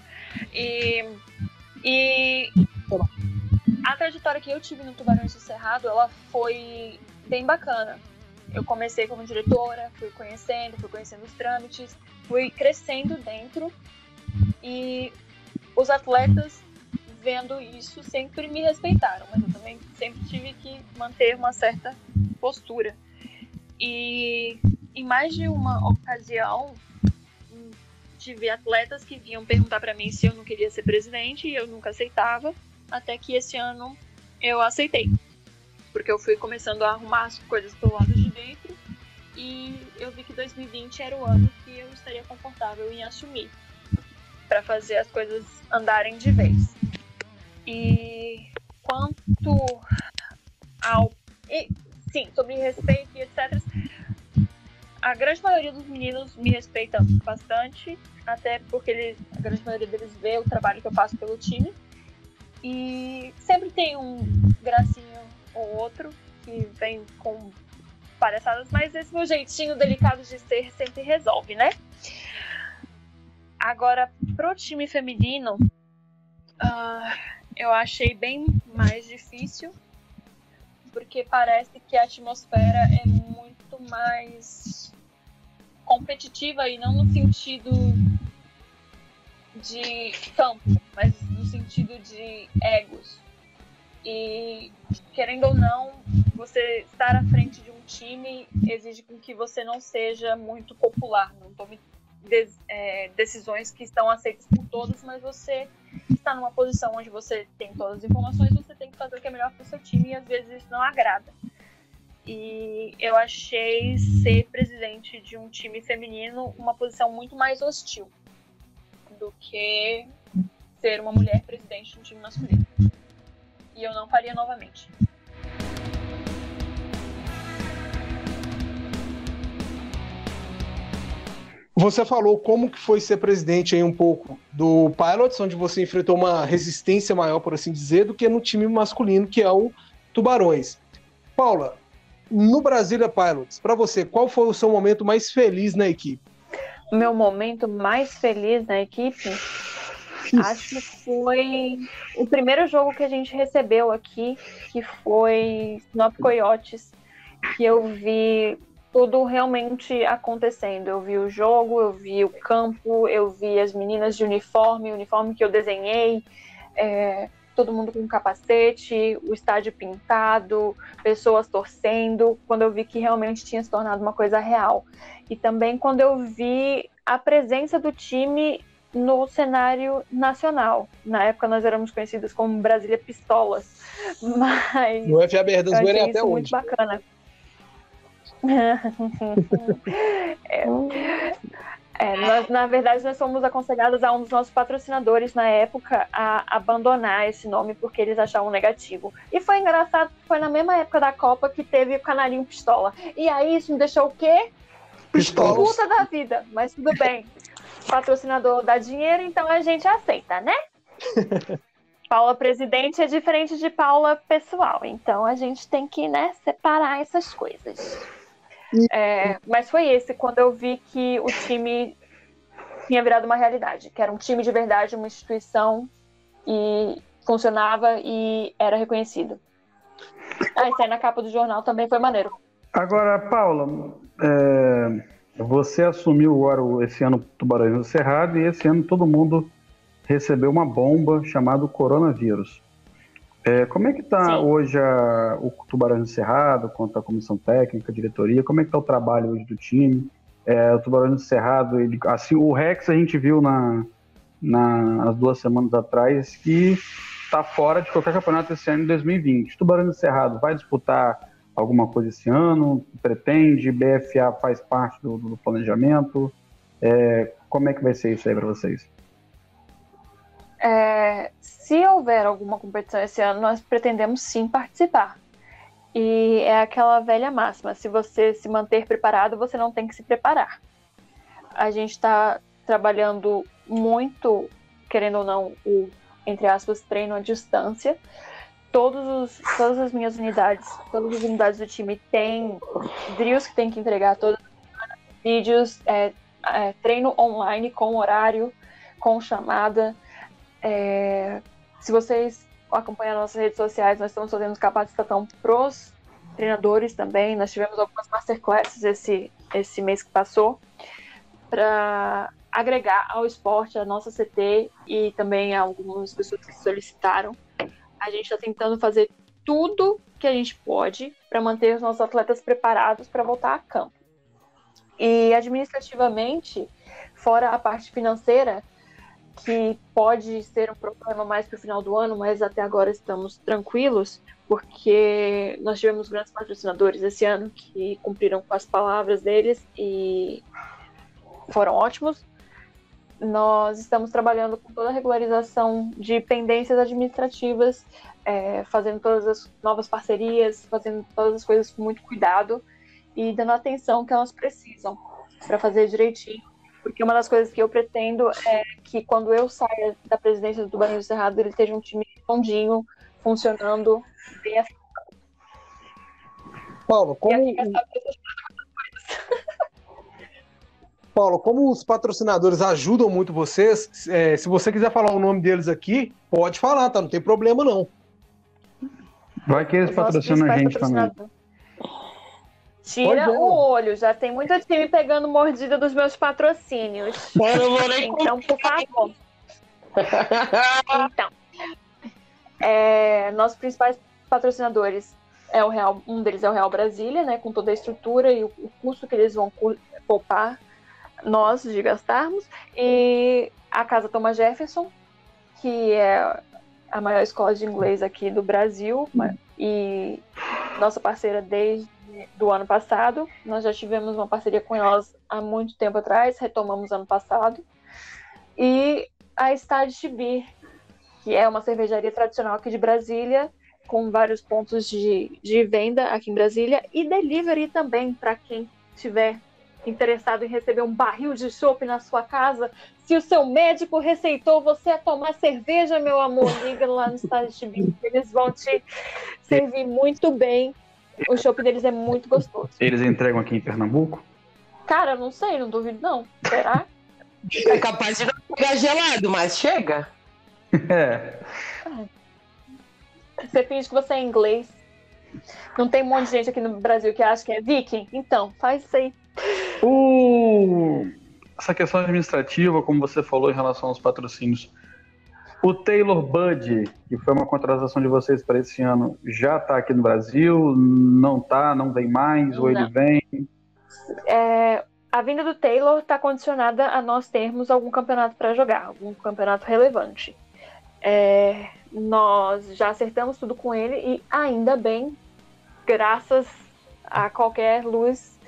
E a trajetória que eu tive no Tubarões do Cerrado, ela foi bem bacana. Eu comecei como diretora, fui conhecendo os trâmites, fui crescendo dentro e os atletas, vendo isso, sempre me respeitaram, mas eu também sempre tive que manter uma certa postura. E em mais de uma ocasião, tive atletas que vinham perguntar para mim se eu não queria ser presidente e eu nunca aceitava, até que esse ano eu aceitei, porque eu fui começando a arrumar as coisas pelo lado de dentro e eu vi que 2020 era o ano que eu estaria confortável em assumir para fazer as coisas andarem de vez. E quanto ao... sim, sobre respeito e etc., a grande maioria dos meninos me respeita bastante, até porque a grande maioria deles vê o trabalho que eu faço pelo time. E sempre tem um gracinho ou outro que vem com palhaçadas, mas esse meu jeitinho delicado de ser sempre resolve, né? Agora, pro time feminino, eu achei bem mais difícil, porque parece que a atmosfera é muito mais competitiva, e não no sentido de campo, mas no sentido de egos. E, querendo ou não, você estar à frente de um time exige com que você não seja muito popular, não tome decisões que estão aceitas por todos, mas você está numa posição onde você tem todas as informações, você tem que fazer o que é melhor para o seu time, e às vezes isso não agrada. E eu achei ser presidente de um time feminino uma posição muito mais hostil do que ser uma mulher presidente de um time masculino. E eu não faria novamente. Você falou como que foi ser presidente aí um pouco do Pilots, onde você enfrentou uma resistência maior, por assim dizer, do que no time masculino, que é o Tubarões. Paula, no Brasília Pilots, para você, qual foi o seu momento mais feliz na equipe? Meu momento mais feliz na equipe? Acho que foi o primeiro jogo que a gente recebeu aqui, que foi Sinop Coyotes, que eu vi tudo realmente acontecendo. Eu vi o jogo, eu vi o campo, eu vi as meninas de uniforme, o uniforme que eu desenhei, todo mundo com capacete, o estádio pintado, pessoas torcendo, quando eu vi que realmente tinha se tornado uma coisa real. E também quando eu vi a presença do time no cenário nacional. Na época nós éramos conhecidos como Brasília Pistolas, mas no FA Berdançoeira é até hoje. Muito bacana. Na verdade, nós fomos aconselhados a um dos nossos patrocinadores na época a abandonar esse nome porque eles achavam negativo. E foi engraçado, foi na mesma época da Copa que teve o Canarinho Pistola. E aí isso me deixou o quê? Pistolas. Puta da vida, mas tudo bem. O patrocinador dá dinheiro, então a gente aceita, né? Paula presidente é diferente de Paula pessoal, então a gente tem que, né, separar essas coisas. Mas foi esse, quando eu vi que o time tinha virado uma realidade, que era um time de verdade, uma instituição, e funcionava e era reconhecido. Isso aí na capa do jornal também foi maneiro. Agora, Paula, você assumiu agora esse ano Tubarões do Cerrado, e esse ano todo mundo recebeu uma bomba chamada coronavírus. Como é que está hoje o Tubarões do Cerrado, quanto à comissão técnica, diretoria? Como é que está o trabalho hoje do time? O Tubarões do Cerrado, assim, o Rex a gente viu nas 2 semanas atrás que está fora de qualquer campeonato esse ano em 2020. O Tubarões do Cerrado vai disputar alguma coisa esse ano? Pretende? BFA faz parte do planejamento? Como é que vai ser isso aí para vocês? Se houver alguma competição esse ano, nós pretendemos sim participar. E é aquela velha máxima: se você se manter preparado, você não tem que se preparar. A gente está trabalhando muito, querendo ou não, entre aspas, treino à distância. Todas as minhas unidades, todas as unidades do time têm drills que tem que entregar, todos os vídeos, treino online com horário, com chamada. Se vocês acompanham nossas redes sociais, nós estamos fazendo capacitação pros treinadores também. Nós tivemos algumas masterclasses esse mês que passou para agregar ao esporte, a nossa CT e também a algumas pessoas que solicitaram. A gente está tentando fazer tudo que a gente pode para manter os nossos atletas preparados para voltar a campo. E administrativamente, fora a parte financeira, que pode ser um problema mais para o final do ano, mas até agora estamos tranquilos, porque nós tivemos grandes patrocinadores esse ano que cumpriram com as palavras deles e foram ótimos. Nós estamos trabalhando com toda a regularização de pendências administrativas, fazendo todas as novas parcerias, fazendo todas as coisas com muito cuidado e dando a atenção que elas precisam para fazer direitinho. Porque uma das coisas que eu pretendo é que quando eu saia da presidência do Tubarão do Cerrado, ele esteja um time redondinho, funcionando bem assim. Paulo, como os patrocinadores ajudam muito vocês, se você quiser falar o nome deles aqui, pode falar, tá? Não tem problema, não. Vai que eles patrocinam a gente também. Tira o olho, já tem muito time pegando mordida dos meus patrocínios. Então, por favor. Então, nossos principais patrocinadores um deles é o Real Brasília, né, com toda a estrutura e o custo que eles vão poupar nós de gastarmos, e a Casa Thomas Jefferson, que é a maior escola de inglês aqui do Brasil e nossa parceira desde do ano passado. Nós já tivemos uma parceria com elas há muito tempo atrás, retomamos ano passado. E a Stade Beer, que é uma cervejaria tradicional aqui de Brasília, com vários pontos de venda aqui em Brasília, e delivery também, para quem estiver interessado em receber um barril de chopp na sua casa. Se o seu médico receitou você a tomar cerveja, meu amor, liga lá no Stade Beer, eles vão te servir muito bem. O chopp deles é muito gostoso. Eles entregam aqui em Pernambuco? Cara, não sei, não duvido não. Será? É capaz de não pegar gelado, mas chega. Você finge que você é inglês. Não tem um monte de gente aqui no Brasil que acha que é viking? Então, faz isso aí. Essa questão administrativa, como você falou em relação aos patrocínios, o Taylor Bud, que foi uma contratação de vocês para esse ano, já está aqui no Brasil? Não está? Não vem mais? Ou ele vem? A vinda do Taylor está condicionada a nós termos algum campeonato para jogar, algum campeonato relevante. Nós já acertamos tudo com ele e ainda bem, graças a qualquer luz,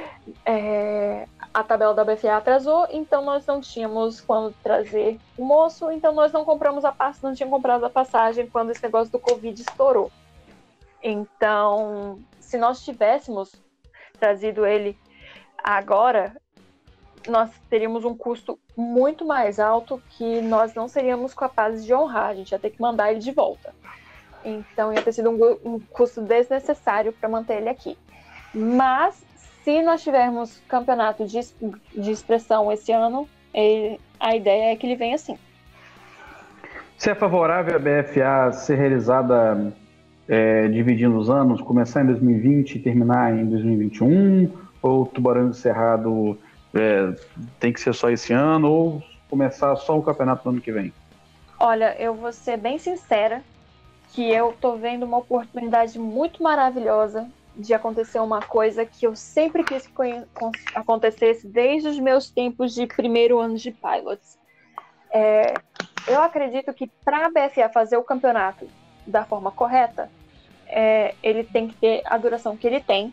a tabela da BFA atrasou, então nós não tínhamos quando trazer o moço, então nós não compramos não tínhamos comprado a passagem quando esse negócio do Covid estourou. Então, se nós tivéssemos trazido ele agora, nós teríamos um custo muito mais alto que nós não seríamos capazes de honrar, a gente ia ter que mandar ele de volta. Então ia ter sido um custo desnecessário para manter ele aqui. Mas se nós tivermos campeonato de expressão esse ano, a ideia é que ele venha assim. Você é favorável a BFA ser realizada dividindo os anos, começar em 2020 e terminar em 2021? Ou o Tubarão do Cerrado tem que ser só esse ano? Ou começar só o campeonato no ano que vem? Olha, eu vou ser bem sincera que eu tô vendo uma oportunidade muito maravilhosa de acontecer uma coisa que eu sempre quis que acontecesse desde os meus tempos de primeiro ano de pilots. Eu acredito que para a BFA fazer o campeonato da forma correta, ele tem que ter a duração que ele tem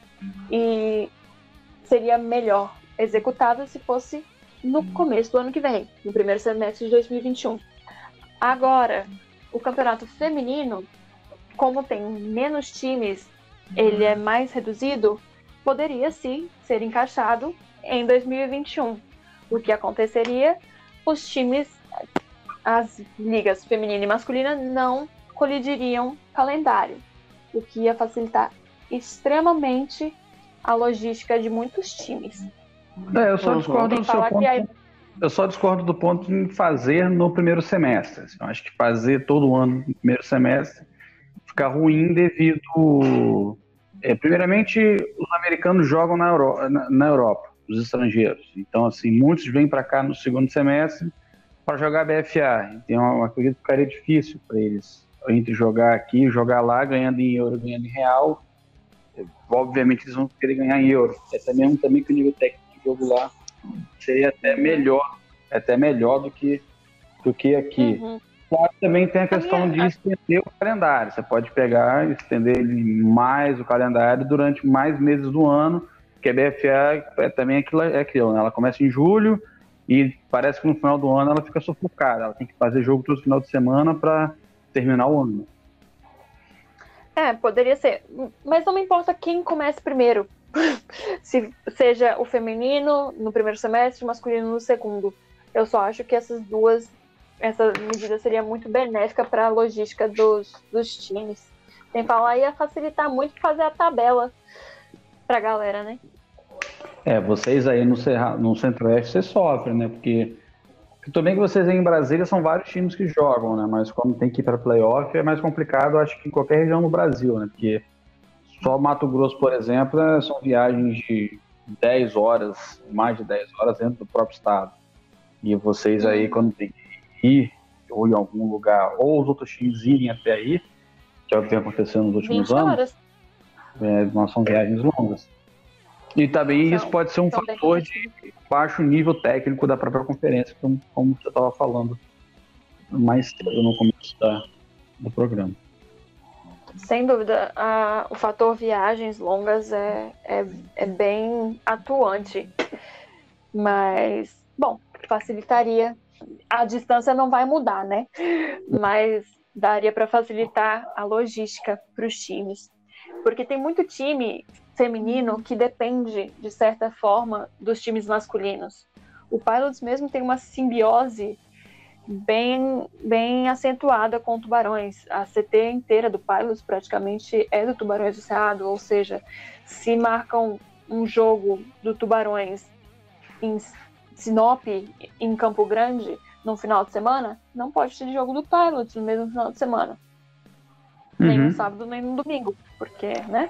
e seria melhor executado se fosse no começo do ano que vem, no primeiro semestre de 2021. Agora, o campeonato feminino, como tem menos times, ele é mais reduzido, poderia sim ser encaixado em 2021. O que aconteceria? Os times, as ligas feminina e masculina não colidiriam calendário, o que ia facilitar extremamente a logística de muitos times. Eu só discordo do seu ponto. Eu só discordo do ponto em fazer no primeiro semestre. Eu acho que fazer todo ano no primeiro semestre fica ruim devido... primeiramente, os americanos jogam na Europa, os estrangeiros. Então, assim, muitos vêm para cá no segundo semestre para jogar BFA. Então, eu acredito que ficaria difícil para eles entre jogar aqui e jogar lá, ganhando em euro, ganhando em real, obviamente eles vão querer ganhar em euro. Até mesmo também que o nível técnico do jogo lá seria até melhor do que aqui. Claro, também tem a questão de estender o calendário. Você pode pegar e estender mais o calendário durante mais meses do ano, que a BFA também é aquilo, né? Ela começa em julho e parece que no final do ano ela fica sufocada. Ela tem que fazer jogo todo final de semana para terminar o ano. Poderia ser. Mas não me importa quem comece primeiro. Se seja o feminino no primeiro semestre, o masculino no segundo. Eu só acho que essa medida seria muito benéfica para a logística dos times. Sem falar, ia facilitar muito fazer a tabela pra galera, né? Vocês aí no Centro-Oeste, vocês sofrem, né? Porque tudo bem que vocês aí em Brasília são vários times que jogam, né? Mas quando tem que ir para playoff é mais complicado, acho que em qualquer região no Brasil, né? Porque só Mato Grosso, por exemplo, são viagens de 10 horas, mais de 10 horas dentro do próprio estado. E vocês aí, quando tem que ir, ou em algum lugar, ou os outros times irem até aí, que é o que vem acontecendo nos últimos anos, nós são viagens longas. E também isso pode ser um fator de baixo nível técnico da própria conferência, como você estava falando mais cedo no começo do programa. Sem dúvida, o fator viagens longas é bem atuante, mas, bom, facilitaria. A distância não vai mudar, né? Mas daria para facilitar a logística para os times, porque tem muito time feminino que depende, de certa forma, dos times masculinos. O Pilots mesmo tem uma simbiose bem acentuada com o Tubarões. A CT inteira do Pilots praticamente é do Tubarões do Cerrado, ou seja, se marcam um jogo do Tubarões em Sinop, em Campo Grande, no final de semana, não pode ter jogo do Pilots no mesmo final de semana. Nem no sábado, nem no domingo, porque, né?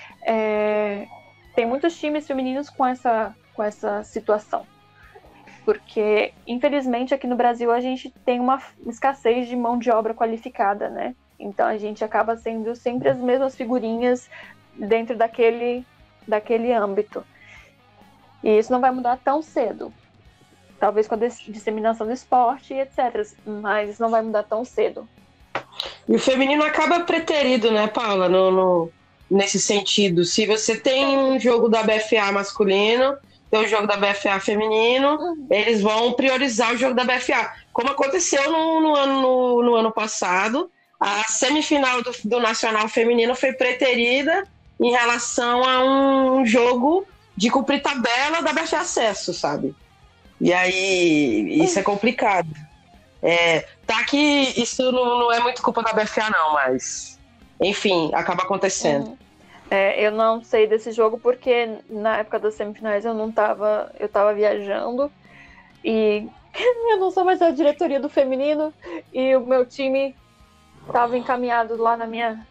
Tem muitos times femininos com essa situação, porque infelizmente aqui no Brasil a gente tem uma escassez de mão de obra qualificada, né? Então a gente acaba sendo sempre as mesmas figurinhas dentro daquele âmbito, e isso não vai mudar tão cedo, talvez com a disseminação do esporte, etc, mas isso não vai mudar tão cedo. E o feminino acaba preterido, né, Paula, nesse sentido. Se você tem um jogo da BFA masculino, tem o jogo da BFA feminino, eles vão priorizar o jogo da BFA. Como aconteceu no ano passado, a semifinal do Nacional Feminino foi preterida em relação a um jogo de cumprir tabela da BFA Acesso, sabe? E aí, isso é complicado. Tá que isso não é muito culpa da BFA, não, mas enfim, acaba acontecendo. Eu não sei desse jogo porque na época das semifinais eu tava viajando e eu não sou mais da diretoria do feminino e o meu time tava encaminhado lá na minha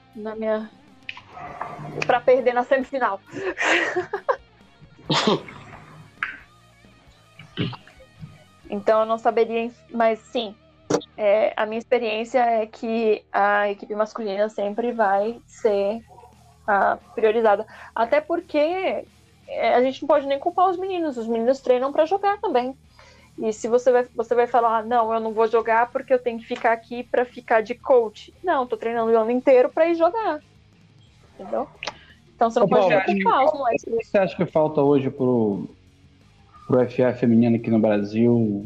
pra perder na semifinal. Então eu não saberia, mas sim, a minha experiência é que a equipe masculina sempre vai ser priorizada. Até porque a gente não pode nem culpar os meninos treinam para jogar também. E se você vai falar, não, eu não vou jogar porque eu tenho que ficar aqui para ficar de coach. Não, tô treinando o ano inteiro para ir jogar. Entendeu? Então você não pode culpar os moleques. O que você acha que falta hoje pro FA feminino aqui no Brasil?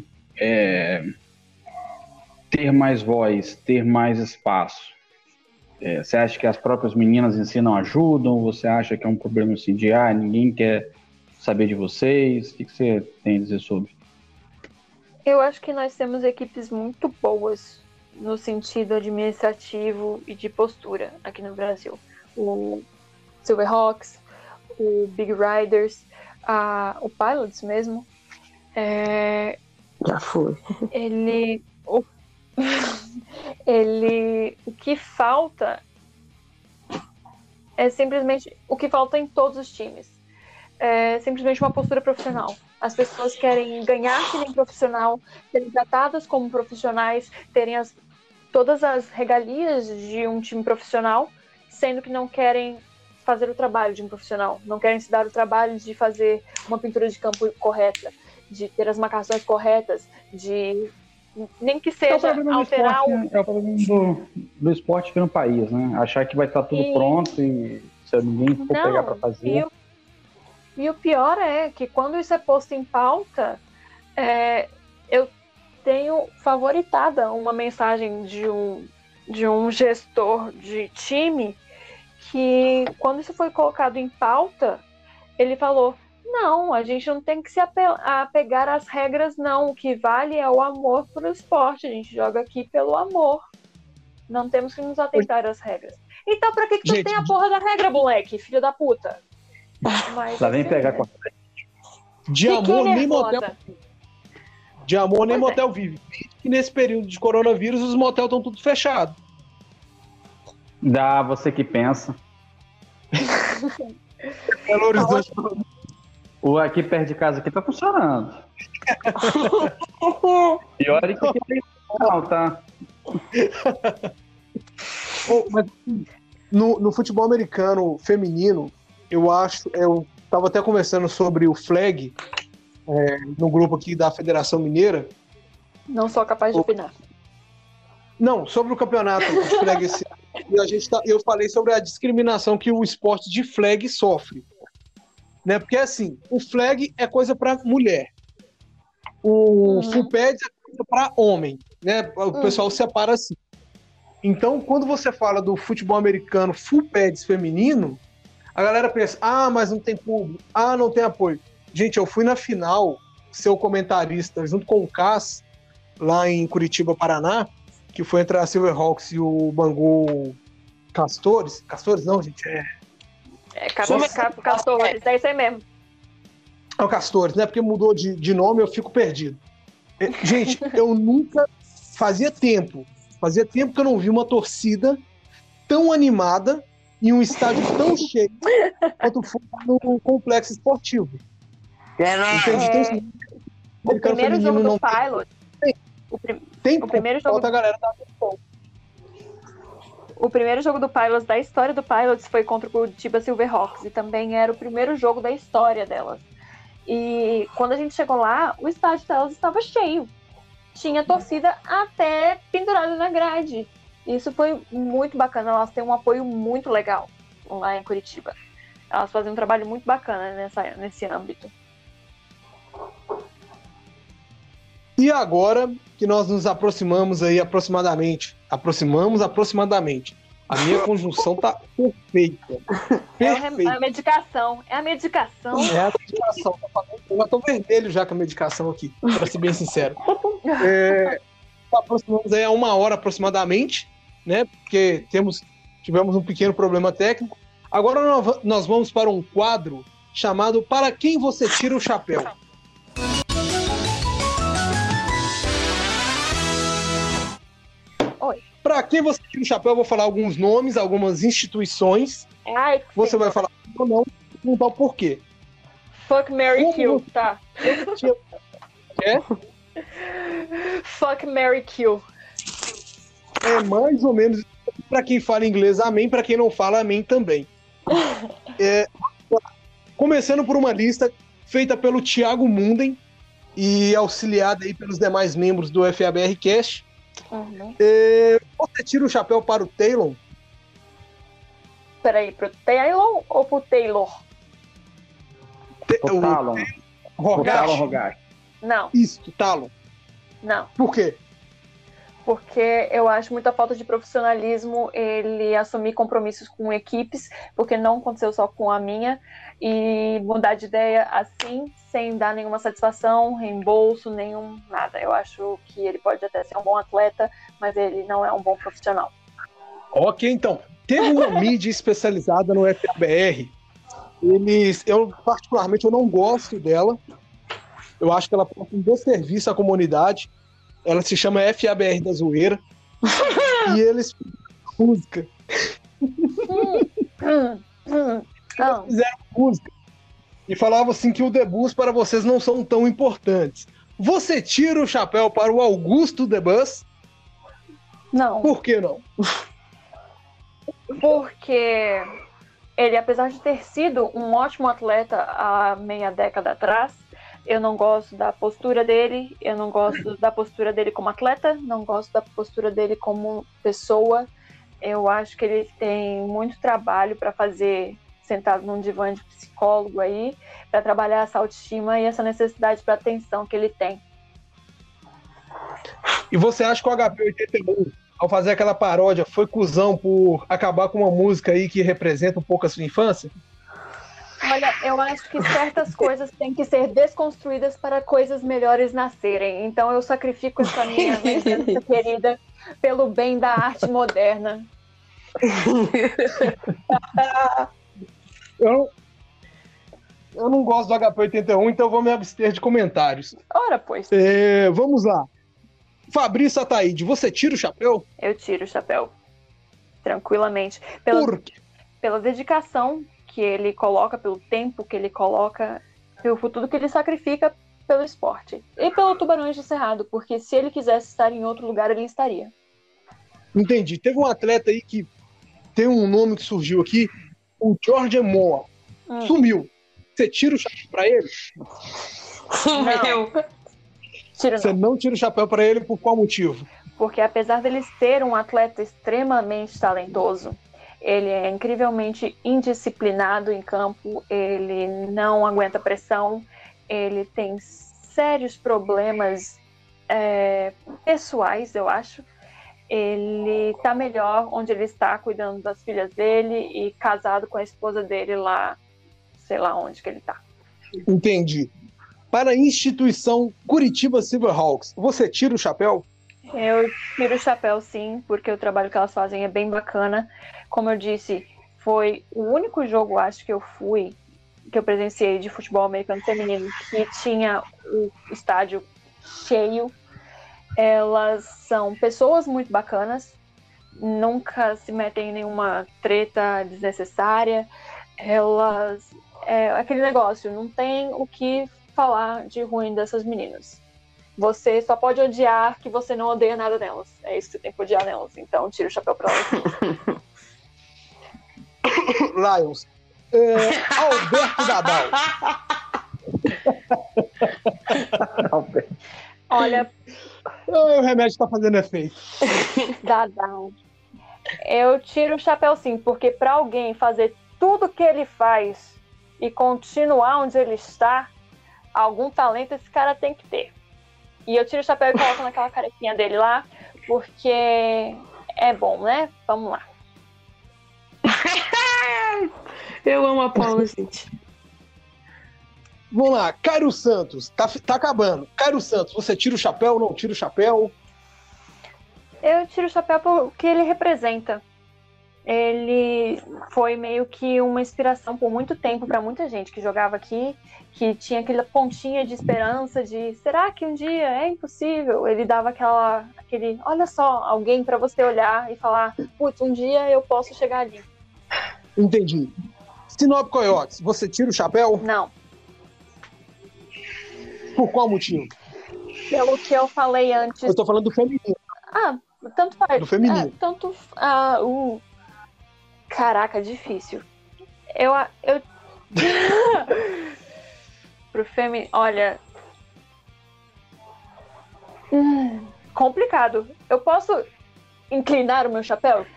Ter mais voz, ter mais espaço. Você acha que as próprias meninas em si não ajudam? Você acha que é um problema assim de ninguém quer saber de vocês? O que você tem a dizer sobre? Eu acho que nós temos equipes muito boas no sentido administrativo e de postura aqui no Brasil. O Silverhawks, o Big Riders, o Pilots mesmo. Já foi. O que falta é simplesmente o que falta em todos os times. É simplesmente uma postura profissional. As pessoas querem ganhar que nem profissional, serem tratadas como profissionais, terem todas as regalias de um time profissional, sendo que não querem fazer o trabalho de um profissional, não querem se dar o trabalho de fazer uma pintura de campo correta, de ter as marcações corretas, de nem que seja alterar É o problema do esporte aqui no país, né? Achar que vai estar tudo pronto e se ninguém for pegar para fazer. E o pior é que quando isso é posto em pauta, eu tenho favoritada uma mensagem de um gestor de time que, quando isso foi colocado em pauta, ele falou: não, a gente não tem que se apegar às regras, não. O que vale é o amor pro esporte. A gente joga aqui pelo amor. Não temos que nos atentar às regras. Então, pra que tu tem a porra da regra, moleque? Filho da puta. Mas, lá vem pegar com a... De amor, nem motel. De amor, nem motel vive. E nesse período de coronavírus, os motéis estão tudo fechados. Dá, você que pensa. Belo Horizonte. O aqui perto de casa aqui tá funcionando. E olha que aqui não, tá? Mas no futebol americano feminino, eu tava até conversando sobre o flag no grupo aqui da Federação Mineira. Não sou capaz de opinar. Não, sobre o campeonato de flag esse ano. Eu falei sobre a discriminação que o esporte de flag sofre. Né? Porque assim, o flag é coisa para mulher. O full pads é coisa para homem. Né? O pessoal separa assim. Então, quando você fala do futebol americano full pads feminino, a galera pensa: mas não tem público, não tem apoio. Gente, eu fui na final, ser comentarista, junto com o Cass, lá em Curitiba, Paraná, que foi entre a Silverhawks e o Bangu Castores. Castores não, gente, Castores, é isso aí mesmo. É o Castores, né? Porque mudou de nome, eu fico perdido. Gente, eu nunca... Fazia tempo que eu não vi uma torcida tão animada em um estádio tão cheio quanto foi no complexo esportivo. O primeiro jogo do Pilot... O primeiro jogo da galera da atenção. O primeiro jogo do Pilots, da história do Pilots, foi contra o Curitiba Silverhawks, e também era o primeiro jogo da história delas. E quando a gente chegou lá, o estádio delas estava cheio. Tinha torcida até pendurada na grade. Isso foi muito bacana, elas têm um apoio muito legal lá em Curitiba. Elas fazem um trabalho muito bacana nesse âmbito. E agora que nós nos aproximamos aí aproximadamente. A minha conjunção tá perfeita. É a medicação. É a medicação. Eu tô vermelho já com a medicação aqui, pra ser bem sincero. Aproximamos aí a 1 hora aproximadamente, né? Porque tivemos um pequeno problema técnico. Agora nós vamos para um quadro chamado Para Quem Você Tira o Chapéu. Para quem você tira o chapéu, eu vou falar alguns nomes, algumas instituições. Você vai falar ou não, perguntar o porquê. Fuck, marry, kill, tá. Fuck, marry, kill. É mais ou menos, para quem fala inglês, amém, para quem não fala, amém também. Começando por uma lista feita pelo Thiago Munden e auxiliada aí pelos demais membros do FABR Cast. Você tira o chapéu para o Taylor? Peraí, pro Taylor ou pro Taylor? O Talon. O Talon Rogash. Não. Isso, Talon. Não. Por quê? Porque eu acho muita falta de profissionalismo ele assumir compromissos com equipes, porque não aconteceu só com a minha, e mudar de ideia assim, sem dar nenhuma satisfação, reembolso, nada. Eu acho que ele pode até ser um bom atleta, mas ele não é um bom profissional. Ok, então. Teve uma mídia especializada no FABR. Eu particularmente, eu não gosto dela. Eu acho que ela presta um desserviço à comunidade. Ela se chama FABR da Zoeira. E eles música. Eles fizeram música. E falavam assim que o Debus para vocês não são tão importantes. Você tira o chapéu para o Augusto Debus? Não. Por que não? Porque ele, apesar de ter sido um ótimo atleta há meia década atrás, eu não gosto da postura dele, eu não gosto da postura dele como atleta, não gosto da postura dele como pessoa. Eu acho que ele tem muito trabalho para fazer sentado num divã de psicólogo aí, para trabalhar essa autoestima e essa necessidade para atenção que ele tem. E você acha que o HP 81, ao fazer aquela paródia, foi cuzão por acabar com uma música aí que representa um pouco a sua infância? Olha, eu acho que certas coisas têm que ser desconstruídas para coisas melhores nascerem. Então eu sacrifico essa minha lembrança querida pelo bem da arte moderna. Eu não gosto do HP 81, então eu vou me abster de comentários. Ora, pois. Vamos lá. Fabrício Ataíde, você tira o chapéu? Eu tiro o chapéu. Tranquilamente. Por quê? Pela dedicação que ele coloca, pelo tempo que ele coloca, por tudo que ele sacrifica pelo esporte. E pelo Tubarões de Cerrado, porque se ele quisesse estar em outro lugar, ele estaria. Entendi. Teve um atleta aí que tem um nome que surgiu aqui, o George Moore. Sumiu. Você tira o chapéu pra ele? Não. Você não tira o chapéu pra ele por qual motivo? Porque apesar dele ser um atleta extremamente talentoso, ele é incrivelmente indisciplinado em campo, ele não aguenta pressão, ele tem sérios problemas pessoais, eu acho. Ele tá melhor onde ele está, cuidando das filhas dele e casado com a esposa dele lá, sei lá onde que ele tá. Entendi. Para a instituição Curitiba Silverhawks, você tira o chapéu? Eu tiro o chapéu, sim, porque o trabalho que elas fazem é bem bacana. Como eu disse, foi o único jogo, acho que eu presenciei de futebol americano feminino que tinha o estádio cheio. Elas são pessoas muito bacanas, nunca se metem em nenhuma treta desnecessária. Elas... aquele negócio, não tem o que falar de ruim dessas meninas. Você só pode odiar que você não odeia nada nelas. É isso que você tem que odiar nelas. Então, tira o chapéu pra elas. Lions. Alberto Dadal. Olha... o remédio tá fazendo efeito. Dadal. Eu tiro o chapéu, sim, porque pra alguém fazer tudo que ele faz e continuar onde ele está, algum talento esse cara tem que ter. E eu tiro o chapéu e coloco naquela carequinha dele lá, porque é bom, né? Vamos lá. Eu amo a Paula, gente. Vamos lá, Cairo Santos, tá acabando. Cairo Santos, você tira o chapéu ou não tira o chapéu? Eu tiro o chapéu porque ele representa. Ele foi meio que uma inspiração por muito tempo para muita gente que jogava aqui, que tinha aquela pontinha de esperança de será que um dia é impossível? Ele dava aquele, olha só, alguém para você olhar e falar, putz, um dia eu posso chegar ali. Entendi. Sinop Coyotes, você tira o chapéu? Não. Por qual motivo? Pelo que eu falei antes. Eu tô falando do feminino. Tanto faz. Do feminino. Caraca, difícil. Eu... Pro feminino... Olha... complicado. Eu posso inclinar o meu chapéu?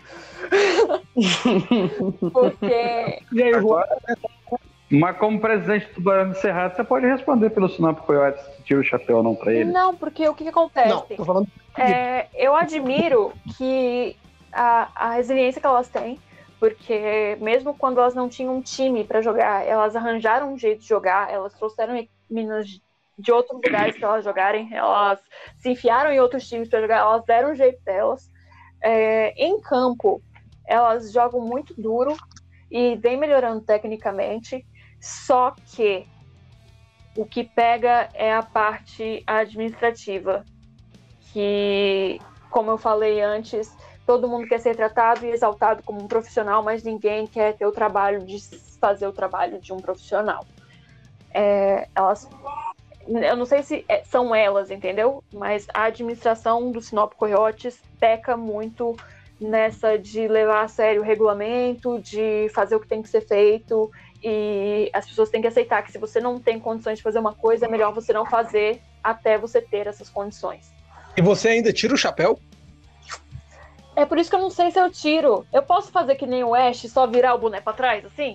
Porque... E aí, Juan? Mas como presidente do Tubarão de Cerrado, você pode responder pelo Sinop Coyotes se tira o chapéu ou não pra ele. Não, porque o que acontece? Não, tô falando... eu admiro que a resiliência que elas têm, porque mesmo quando elas não tinham um time para jogar, elas arranjaram um jeito de jogar, elas trouxeram meninas de outros lugares para elas jogarem, elas se enfiaram em outros times para jogar, elas deram um jeito delas. Em campo, elas jogam muito duro e vem melhorando tecnicamente, só que o que pega é a parte administrativa, que, como eu falei antes, todo mundo quer ser tratado e exaltado como um profissional, mas ninguém quer ter o trabalho de fazer o trabalho de um profissional. Eu não sei se são elas, entendeu? Mas a administração do Sinop Coyotes peca muito nessa de levar a sério o regulamento, de fazer o que tem que ser feito, e as pessoas têm que aceitar que se você não tem condições de fazer uma coisa, é melhor você não fazer até você ter essas condições. E você ainda tira o chapéu? É por isso que eu não sei se eu tiro. Eu posso fazer que nem o Ash, só virar o boné pra trás, assim?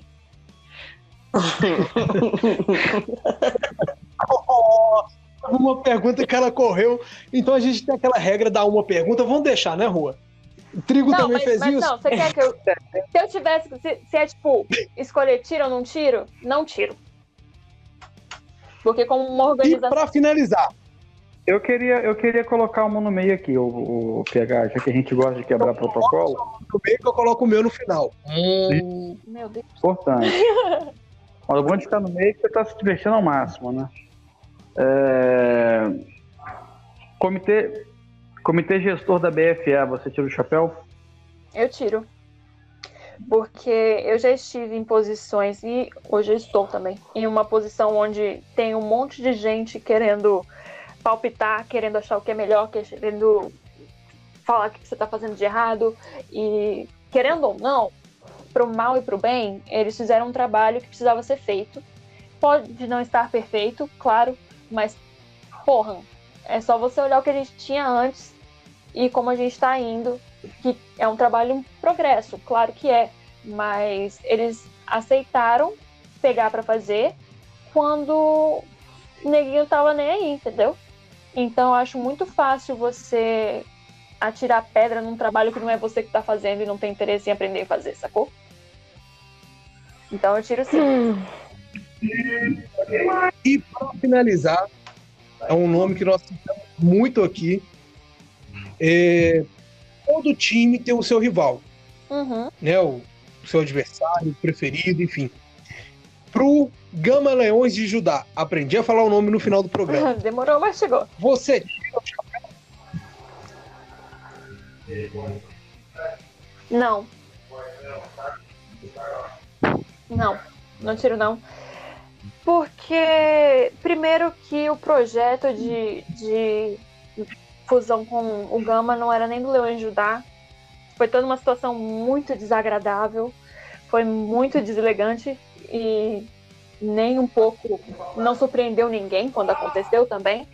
Uma pergunta que ela correu. Então a gente tem aquela regra da uma pergunta. Vamos deixar, né, Rua? O Trigo não, também fez mas isso? Não, você quer que eu... Se eu tivesse... Se é, tipo, escolher tiro ou não tiro, não tiro. Porque como uma organização... E pra finalizar... Eu queria colocar uma no meio aqui, o PH, já que a gente gosta de quebrar protocolo. No meio que eu coloco o meu no final. Meu Deus. Importante. Mas o bom de ficar no meio é que você tá se divertindo ao máximo, né? Comitê gestor da BFA, você tira o chapéu? Eu tiro. Porque eu já estive em posições, e hoje eu estou também, em uma posição onde tem um monte de gente querendo palpitar, querendo achar o que é melhor, querendo falar o que você está fazendo de errado, e querendo ou não, pro mal e pro bem, eles fizeram um trabalho que precisava ser feito. Pode não estar perfeito, claro, mas, porra, é só você olhar o que a gente tinha antes e como a gente está indo, que é um trabalho em progresso, claro que é, mas eles aceitaram pegar para fazer quando o neguinho tava nem aí, entendeu? Então eu acho muito fácil você atirar pedra num trabalho que não é você que tá fazendo e não tem interesse em aprender a fazer, sacou? Então eu tiro sim. E para finalizar, é um nome que nós citamos muito aqui. Todo time tem o seu rival, né? O seu adversário preferido, enfim. Pro Gama Leões de Judá, aprendi a falar o nome no final do programa. Demorou, mas chegou. Você tira o chapéu? Não. Não tiro não. Porque, primeiro que o projeto de fusão com o Gama não era nem do Leões de Judá. Foi toda uma situação muito desagradável. Foi muito deselegante e nem um pouco não surpreendeu ninguém quando aconteceu também.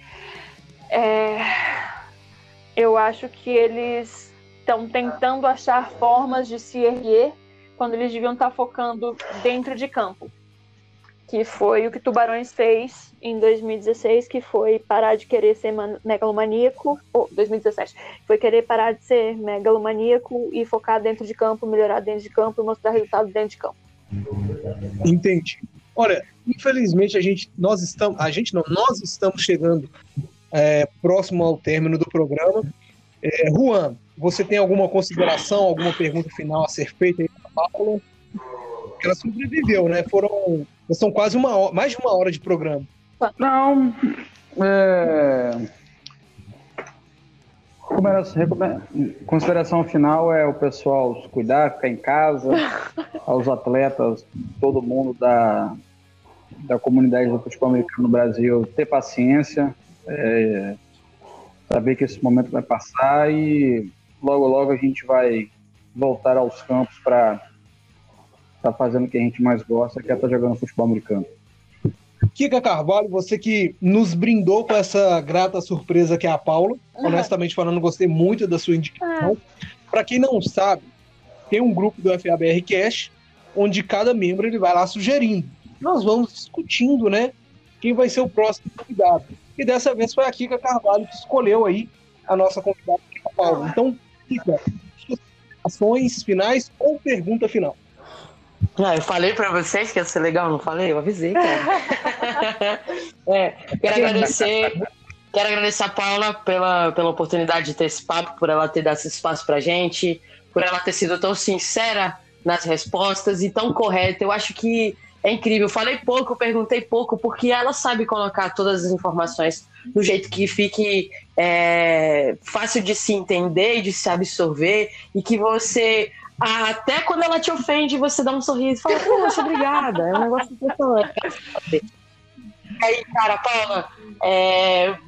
Eu acho que eles estão tentando achar formas de se erguer quando eles deviam estar focando dentro de campo, que foi o que Tubarões fez em 2016, que foi parar de querer ser megalomaníaco, 2017, foi querer parar de ser megalomaníaco e focar dentro de campo, melhorar dentro de campo e mostrar resultado dentro de campo. Entendi. Olha, infelizmente nós estamos chegando próximo ao término do programa. Juan, você tem alguma consideração, alguma pergunta final a ser feita aí para a Paula? Ela sobreviveu, né? São quase mais de uma hora de programa. Não. Consideração final é o pessoal se cuidar, ficar em casa, aos atletas, todo mundo da comunidade do futebol americano no Brasil, ter paciência, saber que esse momento vai passar e logo a gente vai voltar aos campos para estar fazendo o que a gente mais gosta, que é estar jogando futebol americano. Kika Carvalho, você que nos brindou com essa grata surpresa que é a Paula. Honestamente falando, gostei muito da sua indicação. Para quem não sabe, tem um grupo do FABR Cash, onde cada membro ele vai lá sugerindo. Nós vamos discutindo, né, quem vai ser o próximo convidado. E dessa vez foi a Kika Carvalho que escolheu aí a nossa convidada, a Paula. Então, Kika, suas ações finais ou pergunta final? Eu falei pra vocês que ia ser legal, não falei? Eu avisei, cara. Quero agradecer a Paula pela oportunidade de ter esse papo, por ela ter dado esse espaço pra gente, por ela ter sido tão sincera nas respostas e tão correta. Eu acho que é incrível. Falei pouco, perguntei pouco, porque ela sabe colocar todas as informações do jeito que fique fácil de se entender e de se absorver, e que você... Até quando ela te ofende, você dá um sorriso e fala, poxa, obrigada. É um negócio impressionante. Aí, cara, Paula, é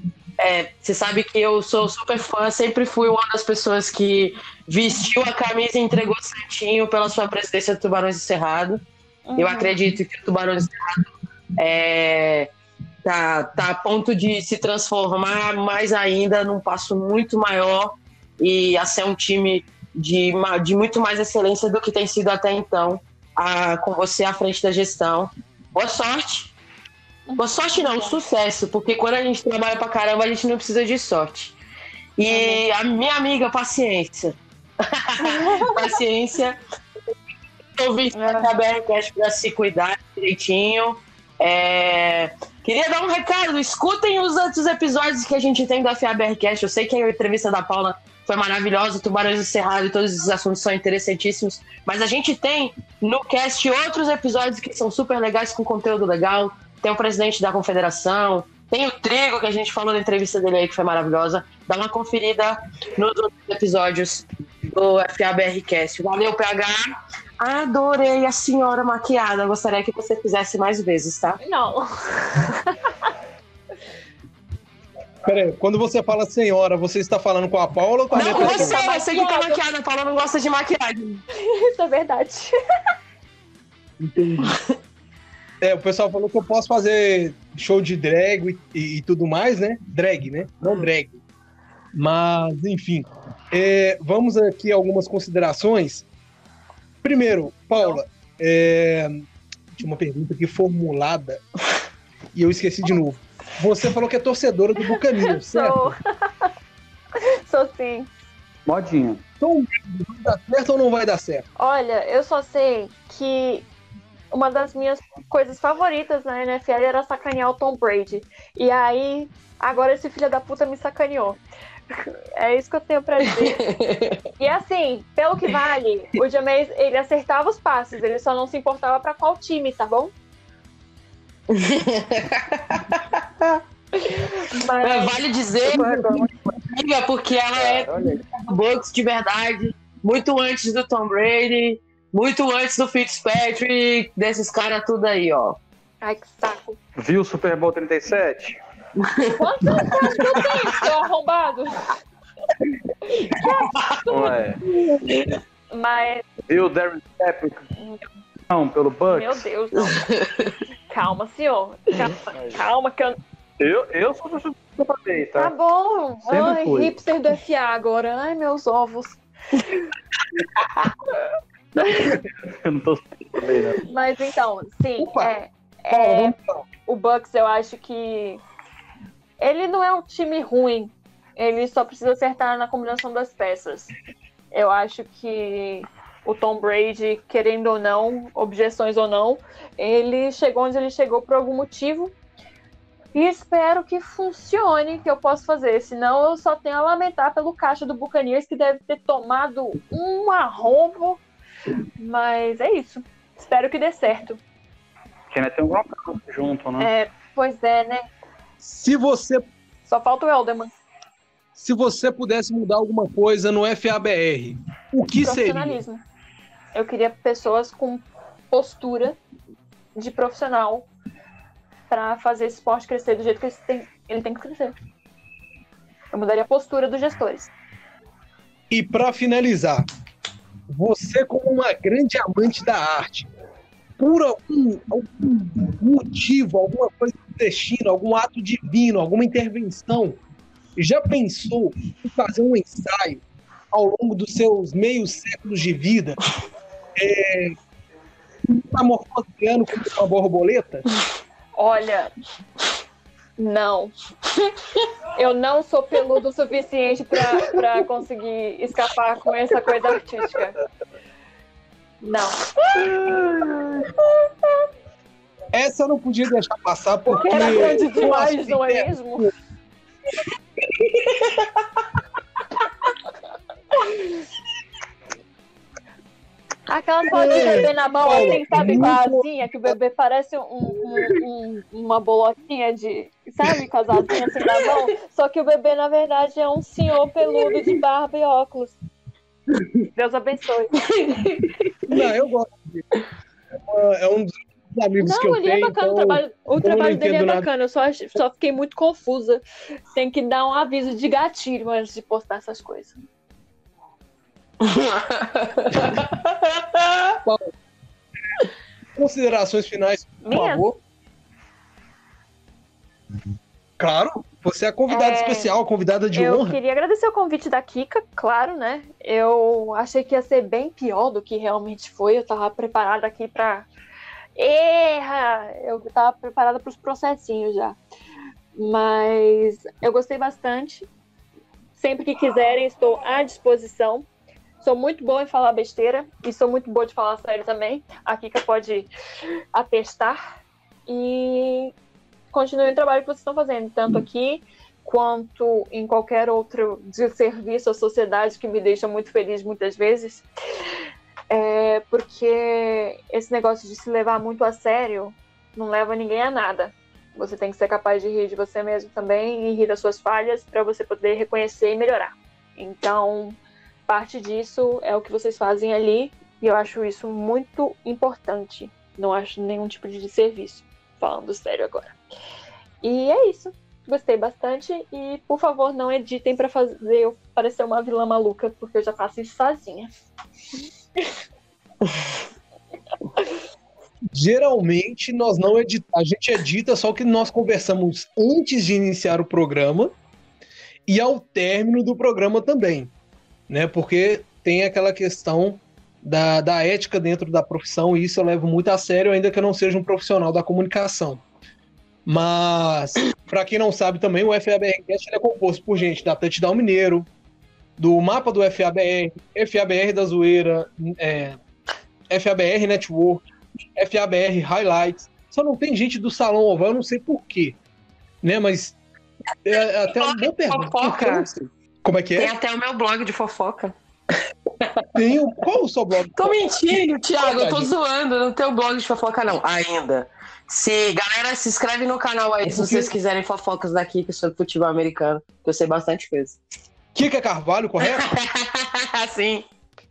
Você sabe que eu sou super fã, sempre fui uma das pessoas que vestiu a camisa e entregou o santinho pela sua presidência do Tubarões do Cerrado. Eu acredito que o Tubarões do Cerrado tá a ponto de se transformar mais ainda num passo muito maior e a ser um time de muito mais excelência do que tem sido até então, com você à frente da gestão. Boa sorte! Boa sorte não, sucesso, porque quando a gente trabalha pra caramba, a gente não precisa de sorte. E a minha amiga, paciência. Paciência. Eu vi a BRCast pra se cuidar direitinho. Queria dar um recado, escutem os outros episódios que a gente tem da FABRcast. Eu sei que a entrevista da Paula foi maravilhosa, Tubarões do Cerrado e todos esses assuntos são interessantíssimos, mas a gente tem no cast outros episódios que são super legais, com conteúdo legal. Tem o presidente da confederação, tem o Trigo, que a gente falou na entrevista dele aí, que foi maravilhosa. Dá uma conferida nos outros episódios do FABRcast. Valeu, PH. Adorei a senhora maquiada. Gostaria que você fizesse mais vezes, tá? Não. Peraí, quando você fala senhora, você está falando com a Paula ou com a minha pessoa? Não, você que tá maquiada. A Paula não gosta de maquiagem. Isso é verdade. Entendi. O pessoal falou que eu posso fazer show de drag e tudo mais, né? Drag, né? Não drag. Mas, enfim. Vamos aqui a algumas considerações. Primeiro, Paula, tinha uma pergunta aqui formulada e eu esqueci de novo. Você falou que é torcedora do Buccaneers, certo? Sou sim. Modinha. Então, vai dar certo ou não vai dar certo? Olha, eu só sei que uma das minhas coisas favoritas na NFL era sacanear o Tom Brady. E aí, agora esse filho da puta me sacaneou. É isso que eu tenho pra dizer. E assim, pelo que vale, o Jameis, ele acertava os passes, ele só não se importava pra qual time, tá bom? Mas vale dizer, porque ela é Bucks de verdade, muito antes do Tom Brady, muito antes do Fitzpatrick, desses caras tudo aí, ó. Ai, que saco. Viu o Super Bowl 37? Quantos anos que eu tenho, seu arrombado? Ué. Mas... Viu o Darren Shepard? Não, pelo Bucks? Meu Deus, não. Calma, senhor. Calma que eu... Eu sou do pra ver, tá? Tá bom. Sempre Ai, fui. hipster do FA agora. Ai, meus ovos. Eu não tô bem, não. Mas então, sim, o Bucks, eu acho que ele não é um time ruim. Ele só precisa acertar na combinação das peças. Eu acho que o Tom Brady, querendo ou não, objeções ou não, ele chegou onde ele chegou por algum motivo. E espero que funcione, que eu possa fazer. Senão eu só tenho a lamentar pelo caixa do Buccaneers, que deve ter tomado um arrombo. Mas é isso. Espero que dê certo. Porque ainda tem um Gronkowski junto, né? Pois é, né? Se você Só falta o Elderman. Se você pudesse mudar alguma coisa no FABR, o que seria? Profissionalismo. Eu queria pessoas com postura de profissional para fazer esse esporte crescer do jeito que ele tem que crescer. Eu mudaria a postura dos gestores. E para finalizar, você como uma grande amante da arte, por algum motivo, alguma coisa do destino, algum ato divino, alguma intervenção, já pensou em fazer um ensaio ao longo dos seus meios séculos de vida, metamorfoseando como uma borboleta? Olha, não. Eu não sou peludo o suficiente para conseguir escapar com essa coisa artística. Não. Essa eu não podia deixar passar porque era grande demais, não é mesmo? Aquela foto do bebê na mão, assim, sabe, com a asinha, que o bebê parece uma bolotinha de, sabe, com as asinhas assim na mão, só que o bebê, na verdade, é um senhor peludo de barba e óculos. Deus abençoe. Não, eu gosto disso. É um dos amigos que eu ele tenho. é bacana, Então, o trabalho dele é entendo nada. bacana, eu só fiquei muito confusa. Tem que dar um aviso de gatilho antes de postar essas coisas. Considerações finais, por Minha? favor. Claro, você é a convidada especial, a convidada de Eu honra. queria agradecer o convite da Kika, claro, né? Eu achei que ia ser bem pior do que realmente foi. Eu tava preparada aqui pra... Eu tava preparada pros processinhos já. Mas eu gostei bastante. Sempre que quiserem, estou à disposição. Sou muito boa em falar besteira e sou muito boa de falar sério também. A Kika pode atestar. E continuem o trabalho que vocês estão fazendo, tanto aqui quanto em qualquer outro de serviço à sociedade, que me deixa muito feliz muitas vezes. Porque esse negócio de se levar muito a sério não leva ninguém a nada. Você tem que ser capaz de rir de você mesmo também e rir das suas falhas para você poder reconhecer e melhorar. Então, parte disso é o que vocês fazem ali e eu acho isso muito importante. Não acho nenhum tipo de serviço, falando sério agora. E é isso. Gostei bastante e, por favor, não editem para fazer eu parecer uma vilã maluca, porque eu já faço isso sozinha. Geralmente nós não editamos, a gente edita só o que nós conversamos antes de iniciar o programa e ao término do programa também, né? Porque tem aquela questão da ética dentro da profissão e isso eu levo muito a sério, ainda que eu não seja um profissional da comunicação. Mas, para quem não sabe também, o FABRcast é composto por gente da Touchdown Mineiro, do Mapa do FABR, FABR da Zoeira, FABR Network, FABR Highlights. Só não tem gente do Salão Oval, eu não sei porquê. Né? Mas é até uma boa pergunta. Fofoca. Como é que Tem é? até o meu blog de fofoca. Qual o seu blog? Tô mentindo, Thiago, eu tô Verdade. zoando. Não tem o blog de fofoca, não. Ainda. Galera, se inscreve no canal aí, se vocês quiserem fofocas daqui sobre futebol americano, que eu sei bastante coisa. Kika Carvalho, correto? Sim.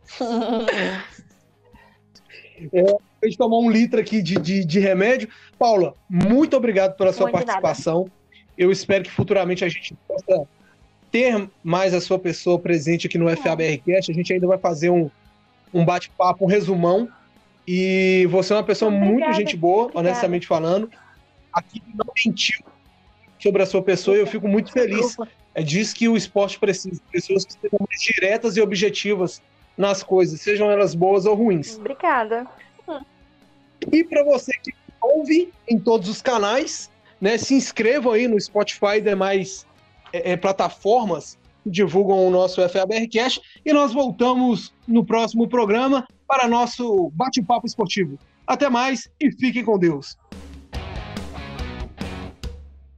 A gente tomou 1 litro aqui de remédio. Paula, muito obrigado pela sua Muito participação. Eu espero que futuramente a gente possa ter mais a sua pessoa presente aqui no FABRcast. A gente ainda vai fazer um bate-papo, um resumão. E você é uma pessoa muito gente boa, honestamente falando. Aqui não mentiu sobre a sua pessoa e eu fico muito feliz. É disso que o esporte precisa. Pessoas que sejam mais diretas e objetivas nas coisas, sejam elas boas ou ruins. Obrigada. E para você que ouve em todos os canais, né, se inscrevam aí no Spotify e demais plataformas que divulgam o nosso FABRcast e nós voltamos no próximo programa para nosso bate-papo esportivo. Até mais e fiquem com Deus.